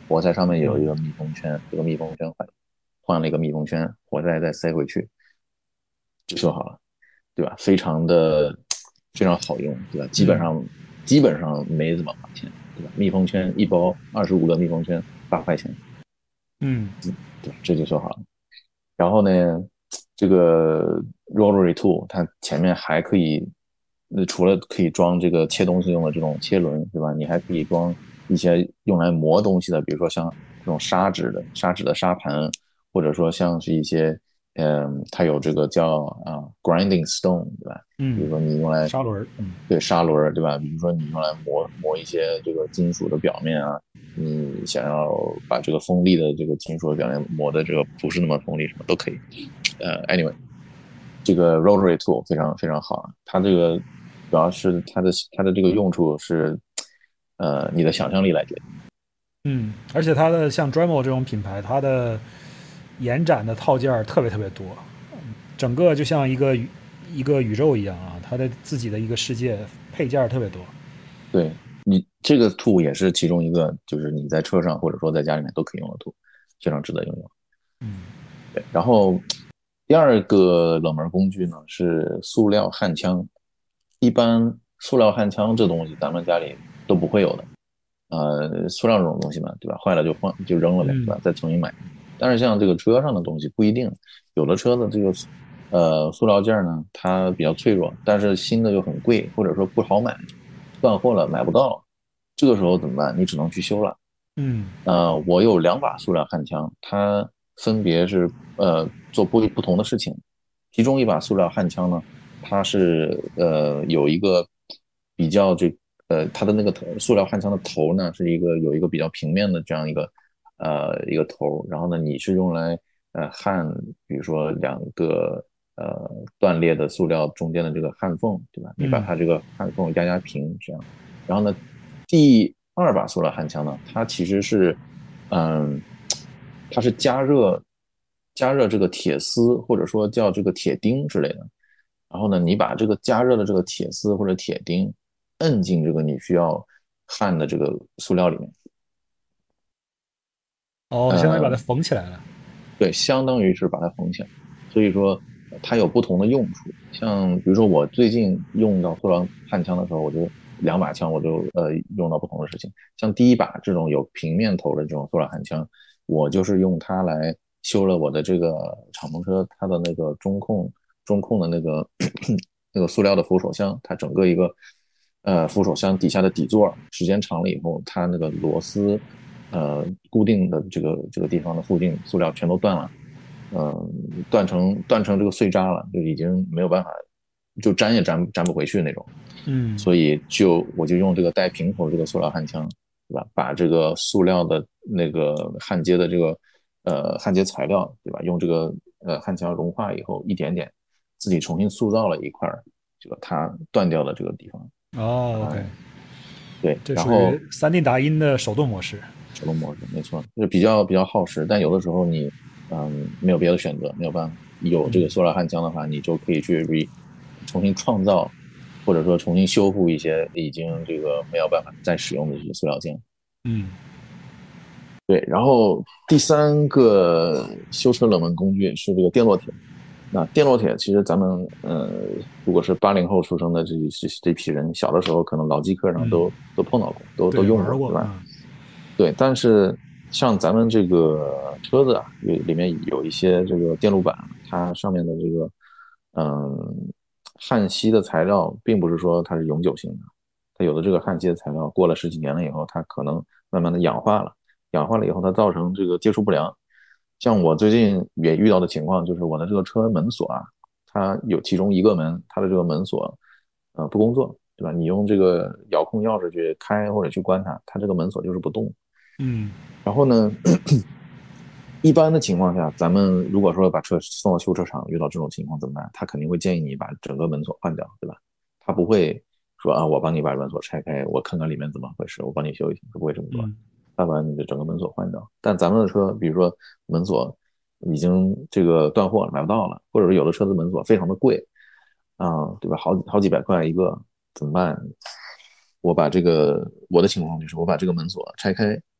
B: 活塞上面有一个密封圈，这个密封圈换了一个密封圈，活塞再塞回去就修好了，对吧？非常好用，对吧？基本上没怎么花钱，对吧？密封圈一包25个密封圈8块钱，
A: 嗯，
B: 对吧？这就修好了。然后呢，这个 rotary tool 它前面还可以，除了可以装这个切东西用的这种切轮，对吧？你还可以装一些用来磨东西的，比如说像这种砂纸的砂盘，或者说像是一些，它有这个叫grinding stone，对吧？比如说你用来
A: 砂轮，
B: 对砂轮，对吧？比如说你用来磨一些这个金属的表面啊，你想要把这个锋利的这个金属的表面磨的这个不是那么锋利，什么都可以。anyway，这个 rotary tool 非常好啊，它这个主要是它的这个用处是，你的想象力来决定。
A: 而且它的像 Dremel 这种品牌，它的延展的套件特别多，整个就像一个宇宙一样啊，它的自己的一个世界，配件特别多。
B: 对你这个 tool 也是其中一个，就是你在车上或者说在家里面都可以用的 tool，非常值得拥有。对，然后第二个冷门工具呢是塑料焊枪。一般塑料焊枪这东西咱们家里都不会有的，塑料这种东西嘛，对吧？坏了就扔了呗，对吧？再重新买。但是像这个车上的东西不一定，有的车的这个塑料件呢，它比较脆弱，但是新的又很贵，或者说不好买，断货了买不到，这个时候怎么办？你只能去修了。
A: 嗯，
B: 我有2把塑料焊枪，它分别是做不同的事情。其中一把塑料焊枪呢，它是有一个比较它的那个塑料焊枪的头呢是有一个比较平面的这样一个头，然后呢你是用来焊，比如说2个断裂的塑料中间的这个焊缝，对吧？你把它这个焊缝压平，这样。然后呢，第2把塑料焊枪呢，它其实是，嗯，它是加热这个铁丝或者说叫这个铁钉之类的。然后呢，你把这个加热的这个铁丝或者铁钉摁进这个你需要焊的这个塑料里面，
A: 哦，就相当于把它
B: 呃，
A: 缝起来了。
B: 对，相当于是把它缝起来。所以说它有不同的用处。像比如说我最近用到塑料焊枪的时候，我就2把枪我就用到不同的事情。像第一把这种有平面头的这种塑料焊枪，我就是用它来修了我的这个敞篷车它的那个中控的那个那个塑料的扶手箱，它整个一个扶手箱底下的底座，时间长了以后，它那个螺丝固定的这个地方的附近塑料全都断了，断成这个碎渣了，就已经没有办法，就粘也粘不回去那种。所以我就用这个带平头的这个塑料焊枪，对吧？把这个塑料的那个焊接的这个焊接材料，对吧？用这个焊枪融化以后，一点点自己重新塑造了一块这个它断掉的这个地方。
A: 哦
B: 啊、
A: ，OK，
B: 对，
A: 这属于
B: 然后
A: 3D 打印的手动模式。
B: 手动模式，没错，就是比较耗时，但有的时候你没有别的选择，没有办法，有这个塑料焊枪的话，你就可以去重新创造，或者说重新修复一些已经这个没有办法再使用的这些塑料件。
A: 嗯，
B: 对，然后第三个修车冷门工具是这个电烙铁。那电烙铁其实咱们如果是80后出生的这批人，小的时候可能劳机课上都碰到过，都
A: 对，
B: 用过，
A: 玩过，
B: 对吧？对，但是像咱们这个车子啊，里面有一些这个电路板，它上面的这个焊锡的材料，并不是说它是永久性的，它有的这个焊锡的材料过了十几年了以后，它可能慢慢的氧化了，氧化了以后它造成这个接触不良。像我最近也遇到的情况，就是我的这个车门锁啊，它有其中一个门，它的这个门锁不工作，对吧？你用这个遥控钥匙去开或者去关它，它这个门锁就是不动。
A: 嗯
B: 然后呢，一般的情况下，咱们如果说把车送到修车厂，遇到这种情况怎么办？他肯定会建议你把整个门锁换掉，对吧？他不会说啊，我帮你把门锁拆开，我看看里面怎么回事，我帮你修一修，他不会这么做。
A: 嗯
B: 他把你的整个门锁换掉。但咱们的车，比如说门锁已经这个断货了，买不到了，或者说有的车子门锁非常的贵对吧？好几百块一个，怎么办？我的情况就是我把这个门锁拆开，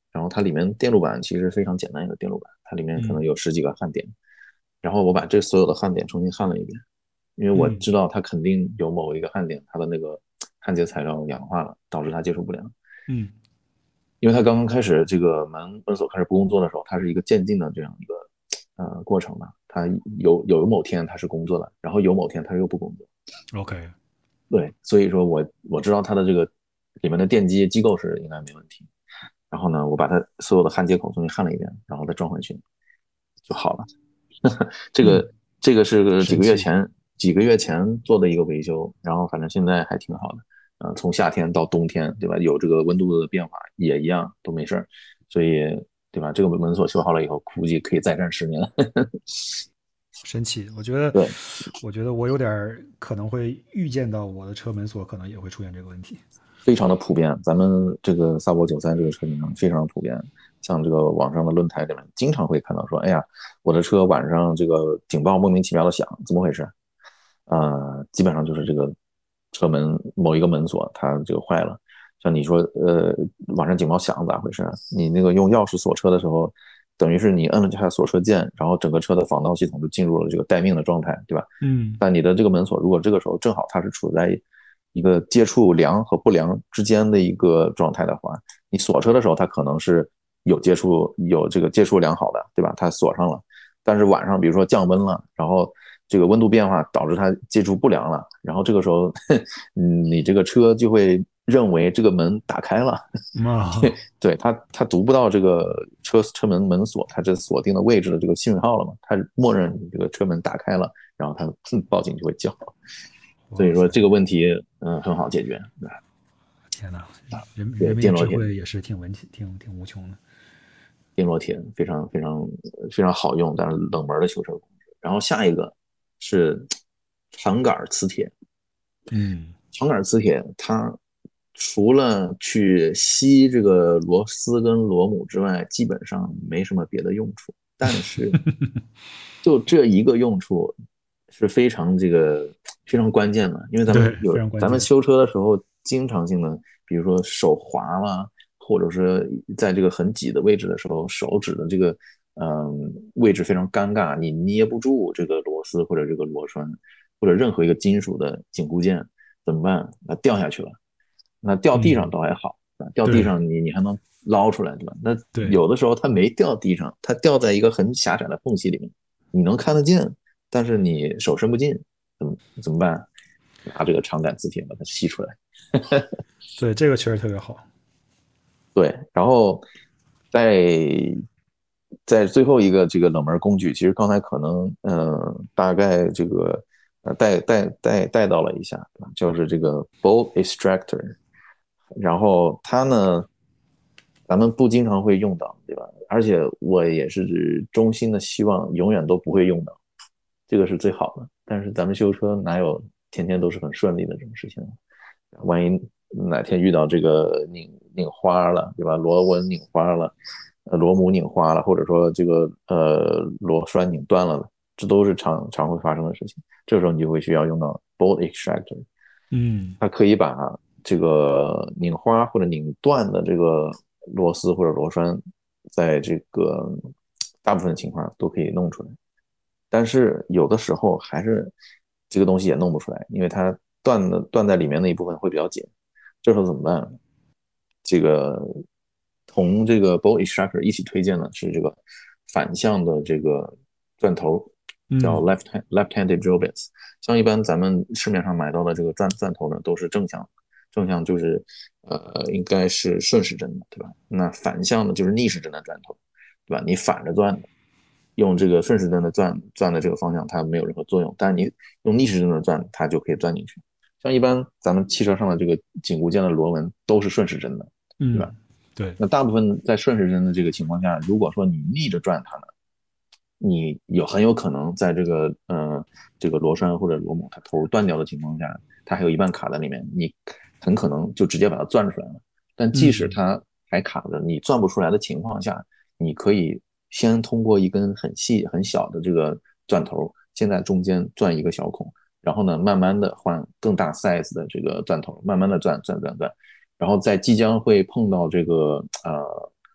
B: 然后它里面电路板其实非常简单一个电路板，它里面可能
A: 嗯
B: 有十几个焊点，然后我把这所有的焊点重新焊了一遍，因为我
A: 嗯
B: 知道它肯定有某一个焊点，它的那个焊接材料氧化了，导致它接触不良。
A: 嗯
B: 因为它刚刚开始这个门锁开始不工作的时候，它是一个渐进的这样一个过程嘛，它有某天它是工作的，然后有某天它又不工作。
A: ，OK，
B: 对，所以说我知道它的这个里面的电机机构是应该没问题。然后呢，我把它所有的焊接口重新焊了一遍，然后再装回去就好了。这
A: 嗯，
B: 个这个是个
A: 神奇。
B: 几个月前做的一个维修，然后反正现在还挺好的。从夏天到冬天，对吧？有这个温度的变化也一样都没事儿，所以对吧？这个门锁修好了以后，估计可以再战10年。
A: 神奇，我觉得，
B: 对，
A: 我有点可能会预见到我的车门锁可能也会出现这个问题。
B: 非常的普遍。咱们这个萨博93这个车型上非常普遍，像这个网上的论坛里面经常会看到说，哎呀，我的车晚上这个警报莫名其妙的响，怎么回事？基本上就是这个车门某一个门锁它这个坏了。像你说，晚上警报响咋回事？你那个用钥匙锁车的时候，等于是你摁了这下锁车键，然后整个车的防盗系统就进入了这个待命的状态，对吧？
A: 嗯
B: 但你的这个门锁如果这个时候正好它是处在一个接触良和不良之间的一个状态的话，你锁车的时候它可能是有这个接触良好的，对吧？它锁上了，但是晚上比如说降温了，然后这个温度变化导致它接触不良了，然后这个时候你这个车就会认为这个门打开了。
A: 啊，
B: 对它读不到这个车门门锁它这锁定的位置的这个信号了嘛，它默认你这个车门打开了，然后它报警就会叫。所以
A: 哇塞，
B: 说这个问题很好解决。
A: 天哪，人
B: 对，
A: 民的智
B: 电烙铁
A: 慧也是挺文气，挺无穷的。
B: 电烙铁非常好用，但是冷门的修车工具。然后下一个是长杆磁铁。
A: 嗯
B: 长杆磁铁它除了去吸这个螺丝跟螺母之外，基本上没什么别的用处。但是就这一个用处是非常关键的，因为
A: 对，非常关键。
B: 咱们修车的时候，经常性的，比如说手滑了，或者是在这个很挤的位置的时候，手指的这个位置非常尴尬，你捏不住这个螺丝或者这个螺栓或者任何一个金属的紧固件，怎么办？它掉下去了，那掉地上
A: 嗯，
B: 倒还好，掉地
A: 对
B: 上你还能捞出来，对吧？那
A: 对，
B: 有的时候它没掉地上，它掉在一个很狭窄的缝隙里面，你能看得见，但是你手伸不进，怎么办？拿这个长杆磁铁把它吸出来。
A: 对，这个确实特别好。
B: 对，然后在在最后一个这个冷门工具，其实刚才可能大概这个带到了一下，就是这个 bolt extractor。然后它呢，咱们不经常会用到，对吧？而且我也是衷心的希望永远都不会用到，这个是最好的。但是咱们修车哪有天天都是很顺利的这种事情呢？万一哪天遇到这个拧花了，对吧？螺纹拧花了，螺母拧花了，或者说这个螺栓拧断了，这都是常会发生的事情。这时候你就会需要用到 bolt extractor，
A: 嗯
B: 它可以把这个拧花或者拧断的这个螺丝或者螺栓，在这个大部分情况都可以弄出来。但是有的时候还是这个东西也弄不出来，因为它断在里面那一部分会比较紧。这时候怎么办？这个同这个 bolt extractor 一起推荐的是这个反向的这个钻头，叫
A: 嗯
B: left-handed drill bits。像一般咱们市面上买到的这个钻头呢，都是正向，正向就是应该是顺时针的，对吧？那反向的就是逆时针的钻头，对吧？你反着钻的，用这个顺时针的钻的这个方向，它没有任何作用，但是你用逆时针的钻，它就可以钻进去。像一般咱们汽车上的这个紧固件的螺纹都是顺时针的，对吧？
A: 嗯，对，
B: 那大部分在顺时针的这个情况下，如果说你逆着转它呢，你很有可能在这个螺栓或者螺母它头断掉的情况下，它还有一半卡在里面，你很可能就直接把它钻出来了。但即使
A: 嗯
B: 它还卡着，你钻不出来的情况下，你可以先通过一根很细很小的这个钻头，先在中间钻一个小孔，然后呢，慢慢的换更大 size 的这个钻头，慢慢的钻，然后在即将会碰到这个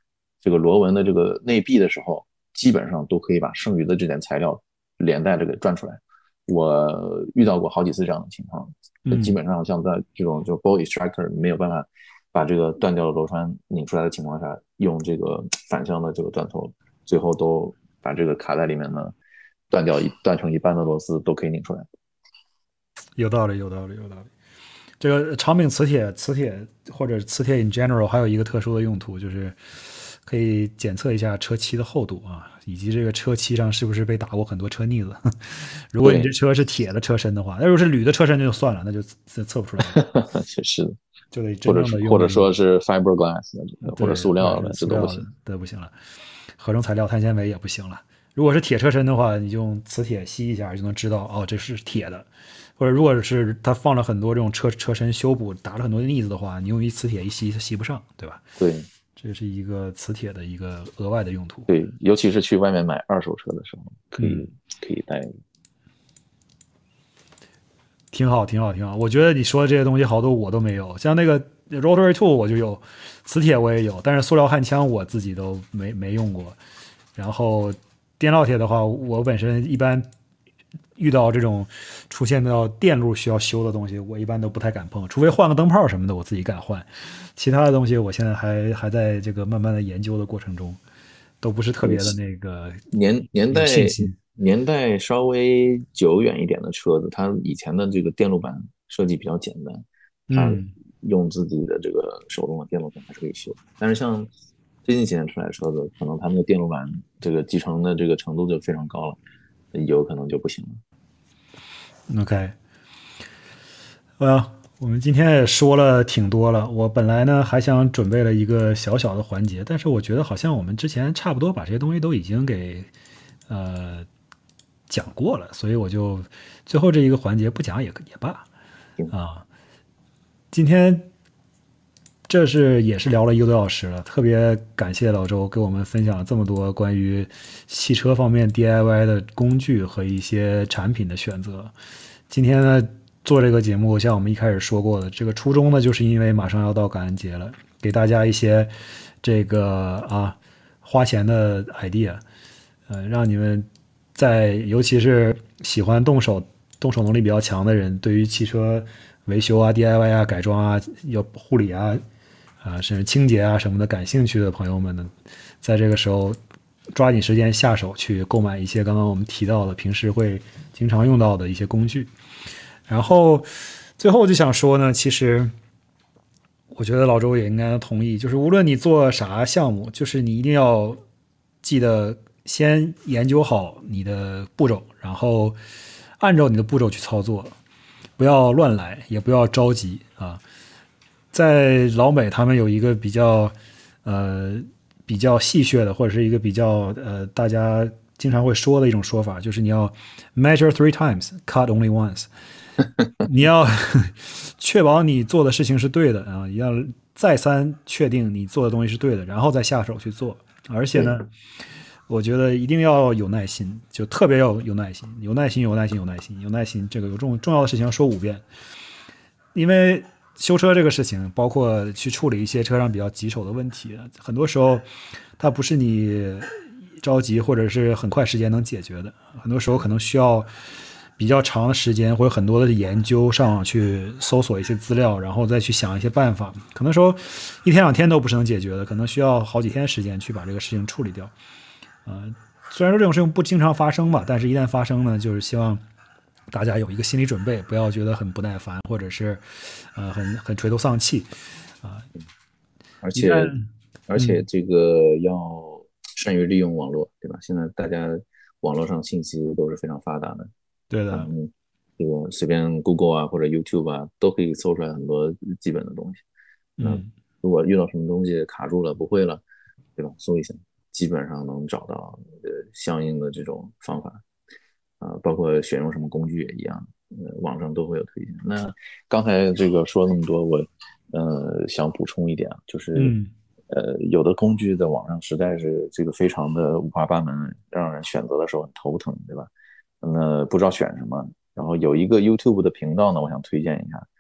B: 这个螺纹的这个内壁的时候，基本上都可以把剩余的这点材料连带着给转出来。我遇到过好几次这样的情况，基
A: 嗯，
B: 本上像在这种就 ball extractor 没有办法把这个断掉的螺栓拧出来的情况下，用这个反向的这个断头，最后都把这个卡在里面呢，断成一半的螺丝都可以拧出来。
A: 有道理，有道理，有道理。这个长柄磁铁或者磁铁 in general 还有一个特殊的用途，就是可以检测一下车漆的厚度啊，以及这个车漆上是不是被打过很多车腻子。如果你这
B: 对，
A: 车是铁的车身的话，那如果是铝的车身就算了，那就测不出来了，
B: 是的，
A: 就得真
B: 或者
A: 正的用
B: 或者
A: 那种
B: 说是 fiberglass 或者
A: 对，
B: 塑料的，
A: 或者是塑料
B: 这都不行。
A: 的不行了，合成材料碳纤维也不行了。如果是铁车身的话，你就用磁铁吸一下就能知道哦，这是铁的。或者如果是它放了很多这种车身修补，打了很多腻子的话，你用一磁铁一吸，它吸不上，对吧？
B: 对
A: 这是一个磁铁的一个额外的用途。
B: 对，尤其是去外面买二手车的时候，可
A: 嗯，
B: 以可以带。
A: 挺好，挺好，挺好。我觉得你说的这些东西好多我都没有，像那个 rotary tool 我就有，磁铁我也有，但是塑料焊枪我自己都没用过。然后电烙铁的话，我本身一般遇到这种出现到电路需要修的东西，我一般都不太敢碰，除非换个灯泡什么的，我自己敢换。其他的东西我现在还在这个慢慢的研究的过程中，都不是特别的那个
B: 年年
A: 有信
B: 代
A: 心。
B: 年代稍微久远一点的车子，它以前的这个电路板设计比较简单，它
A: 嗯，
B: 用自己的这个手动的电路板还是可以修。但是像最近几年出来的车子，可能他们的电路板这个集成的这个程度就非常高了，有可能就不行了。
A: OK，我们今天也说了挺多了。我本来呢还想准备了一个小小的环节，但是我觉得好像我们之前差不多把这些东西都已经给呃讲过了，所以我就最后这一个环节不讲也罢
B: 行，
A: 啊。今天也是聊了一个多小时了，特别感谢老周给我们分享了这么多关于汽车方面 DIY 的工具和一些产品的选择。今天呢，做这个节目，像我们一开始说过的，这个初衷呢，就是因为马上要到感恩节了，给大家一些这个花钱的 idea，让你们尤其是喜欢动手能力比较强的人，对于汽车维修啊、DIY 啊、改装啊、有护理甚至清洁啊什么的感兴趣的朋友们呢，在这个时候抓紧时间下手去购买一些刚刚我们提到的平时会经常用到的一些工具。然后最后就想说呢，其实我觉得老周也应该同意，就是无论你做啥项目，就是你一定要记得先研究好你的步骤，然后按照你的步骤去操作，不要乱来，也不要着急啊。在老美，他们有一个呃比较戏谑的，或者是一个比较大家经常会说的一种说法，就是你要 measure three times, cut only once。你要确保你做的事情是对的啊，要再三确定你做的东西是对的，然后再下手去做。而且
B: 对，
A: 呢，我觉得一定要有耐心，就特别要有耐心，有耐心，有耐心，有耐心，有耐心。这个有重要的事情要说5遍，因为修车这个事情，包括去处理一些车上比较棘手的问题，很多时候它不是你着急或者是很快时间能解决的，很多时候可能需要比较长的时间或者很多的研究，上网去搜索一些资料，然后再去想一些办法。可能说1天2天都不是能解决的，可能需要好几天时间去把这个事情处理掉。虽然说这种事情不经常发生吧，但是一旦发生呢，就是希望大家有一个心理准备，不要觉得很不耐烦，或者是很垂头丧气。
B: 而且
A: 一旦
B: 而且这个要善于利用网络，对吧？现在大家网络上信息都是非常发达的，
A: 对的，
B: 嗯，这个随便 Google 啊或者 YouTube 啊都可以搜出来很多基本的东西。那
A: 嗯
B: 如果遇到什么东西卡住了不会了，对吧？搜一下，基本上能找到相应的这种方法。包括选用什么工具也一样，网上都会有推荐。那刚才这个说那么多，我想补充一点啊，就是
A: 嗯
B: 有的工具在网上实在是这个非常的五花八门，让人选择的时候很头疼，对吧？那不知道选什么。然后有一个 YouTube 的频道呢，我想推荐一下，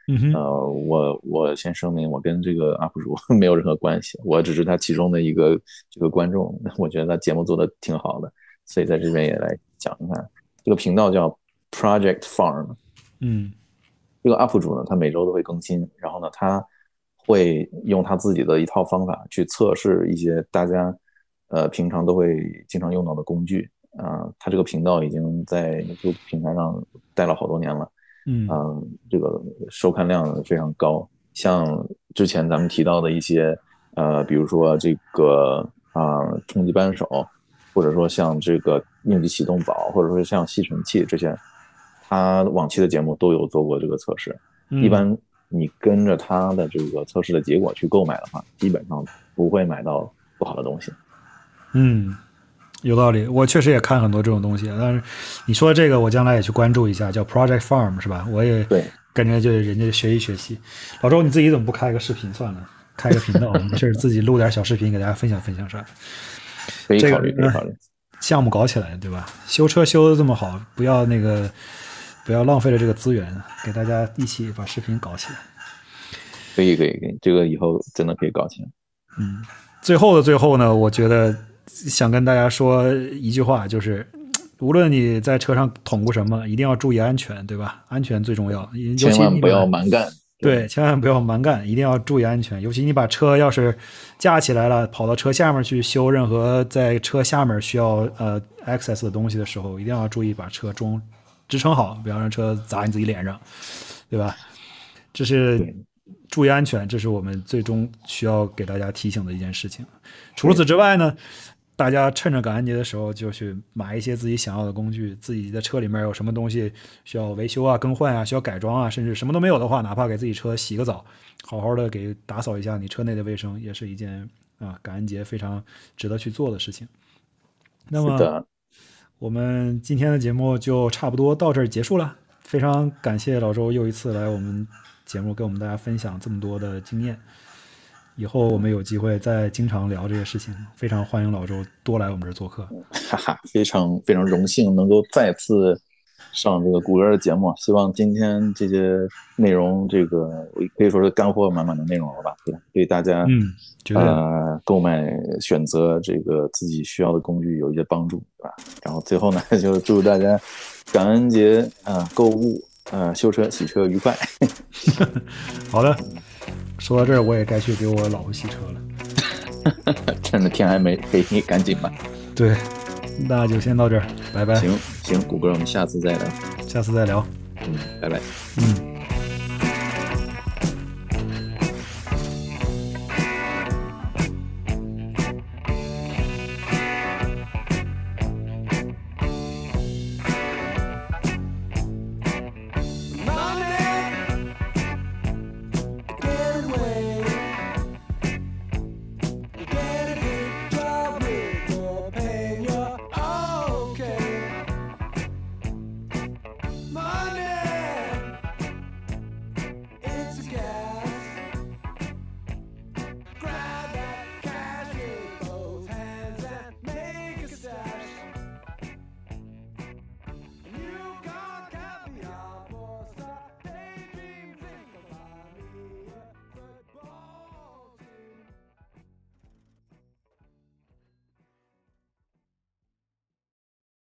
A: 嗯哼，
B: 我先声明，我跟这个 UP 主没有任何关系，我只是他其中的一个这个观众，我觉得他节目做的挺好的，所以在这边也来讲一下。这个频道叫 Project Farm，
A: 嗯
B: 这个 UP 主呢，他每周都会更新，然后呢，他会用他自己的一套方法去测试一些大家平常都会经常用到的工具他这个频道已经在 YouTube 平台上待了好多年了，
A: 嗯
B: 这个收看量非常高。像之前咱们提到的一些比如说这个冲击扳手，或者说像这个应急启动宝，或者说像吸尘器这些，他往期的节目都有做过这个测试。一
A: 嗯
B: 般你跟着他的这个测试的结果去购买的话，基本上不会买到不好的东西。
A: 嗯，有道理。我确实也看很多这种东西，但是你说这个，我将来也去关注一下，叫 Project Farm 是吧？我也
B: 对，
A: 跟着就人家学习学习。老周，你自己怎么不开个视频算了？开个频道，没事自己录点小视频给大家分享分享啥的。这个
B: 可以考虑，可以考虑。
A: 项目搞起来，对吧？修车修的这么好，不要浪费了这个资源，给大家一起把视频搞起来。
B: 可以，可以，可以，这个以后真的可以搞起来。
A: 最后的最后呢，我觉得想跟大家说一句话，就是无论你在车上捅过什么，一定要注意安全，对吧？安全最重要，尤其你
B: 千万不要蛮干。
A: 对，千万不要蛮干，一定要注意安全。尤其你把车要是架起来了，跑到车下面去修任何在车下面需要access 的东西的时候，一定要注意把车支撑好，不要让车砸你自己脸上，对吧？这是注意安全，这是我们最终需要给大家提醒的一件事情。除此之外呢，大家趁着感恩节的时候就去买一些自己想要的工具，自己的车里面有什么东西需要维修啊、更换啊、需要改装啊，甚至什么都没有的话，哪怕给自己车洗个澡，好好的给打扫一下你车内的卫生，也是一件感恩节非常值得去做的事情。那么我们今天的节目就差不多到这儿结束了，非常感谢老周又一次来我们节目跟我们大家分享这么多的经验。以后我们有机会再经常聊这些事情，非常欢迎老周多来我们这儿做客。
B: 哈哈，非常非常荣幸能够再次上这个谷歌的节目，希望今天这些内容，这个可以说是干货满满的内容了吧？对大家
A: 绝对
B: 购买选择这个自己需要的工具有一些帮助，对吧？然后最后呢，就祝大家感恩节购物修车洗车愉快。
A: 好的，说到这儿，我也该去给我老婆洗车了。
B: 趁着天还没黑，赶紧吧。
A: 对，那就先到这儿，拜拜。
B: 行，谷歌，我们下次再聊。
A: 下次再聊。
B: 拜拜。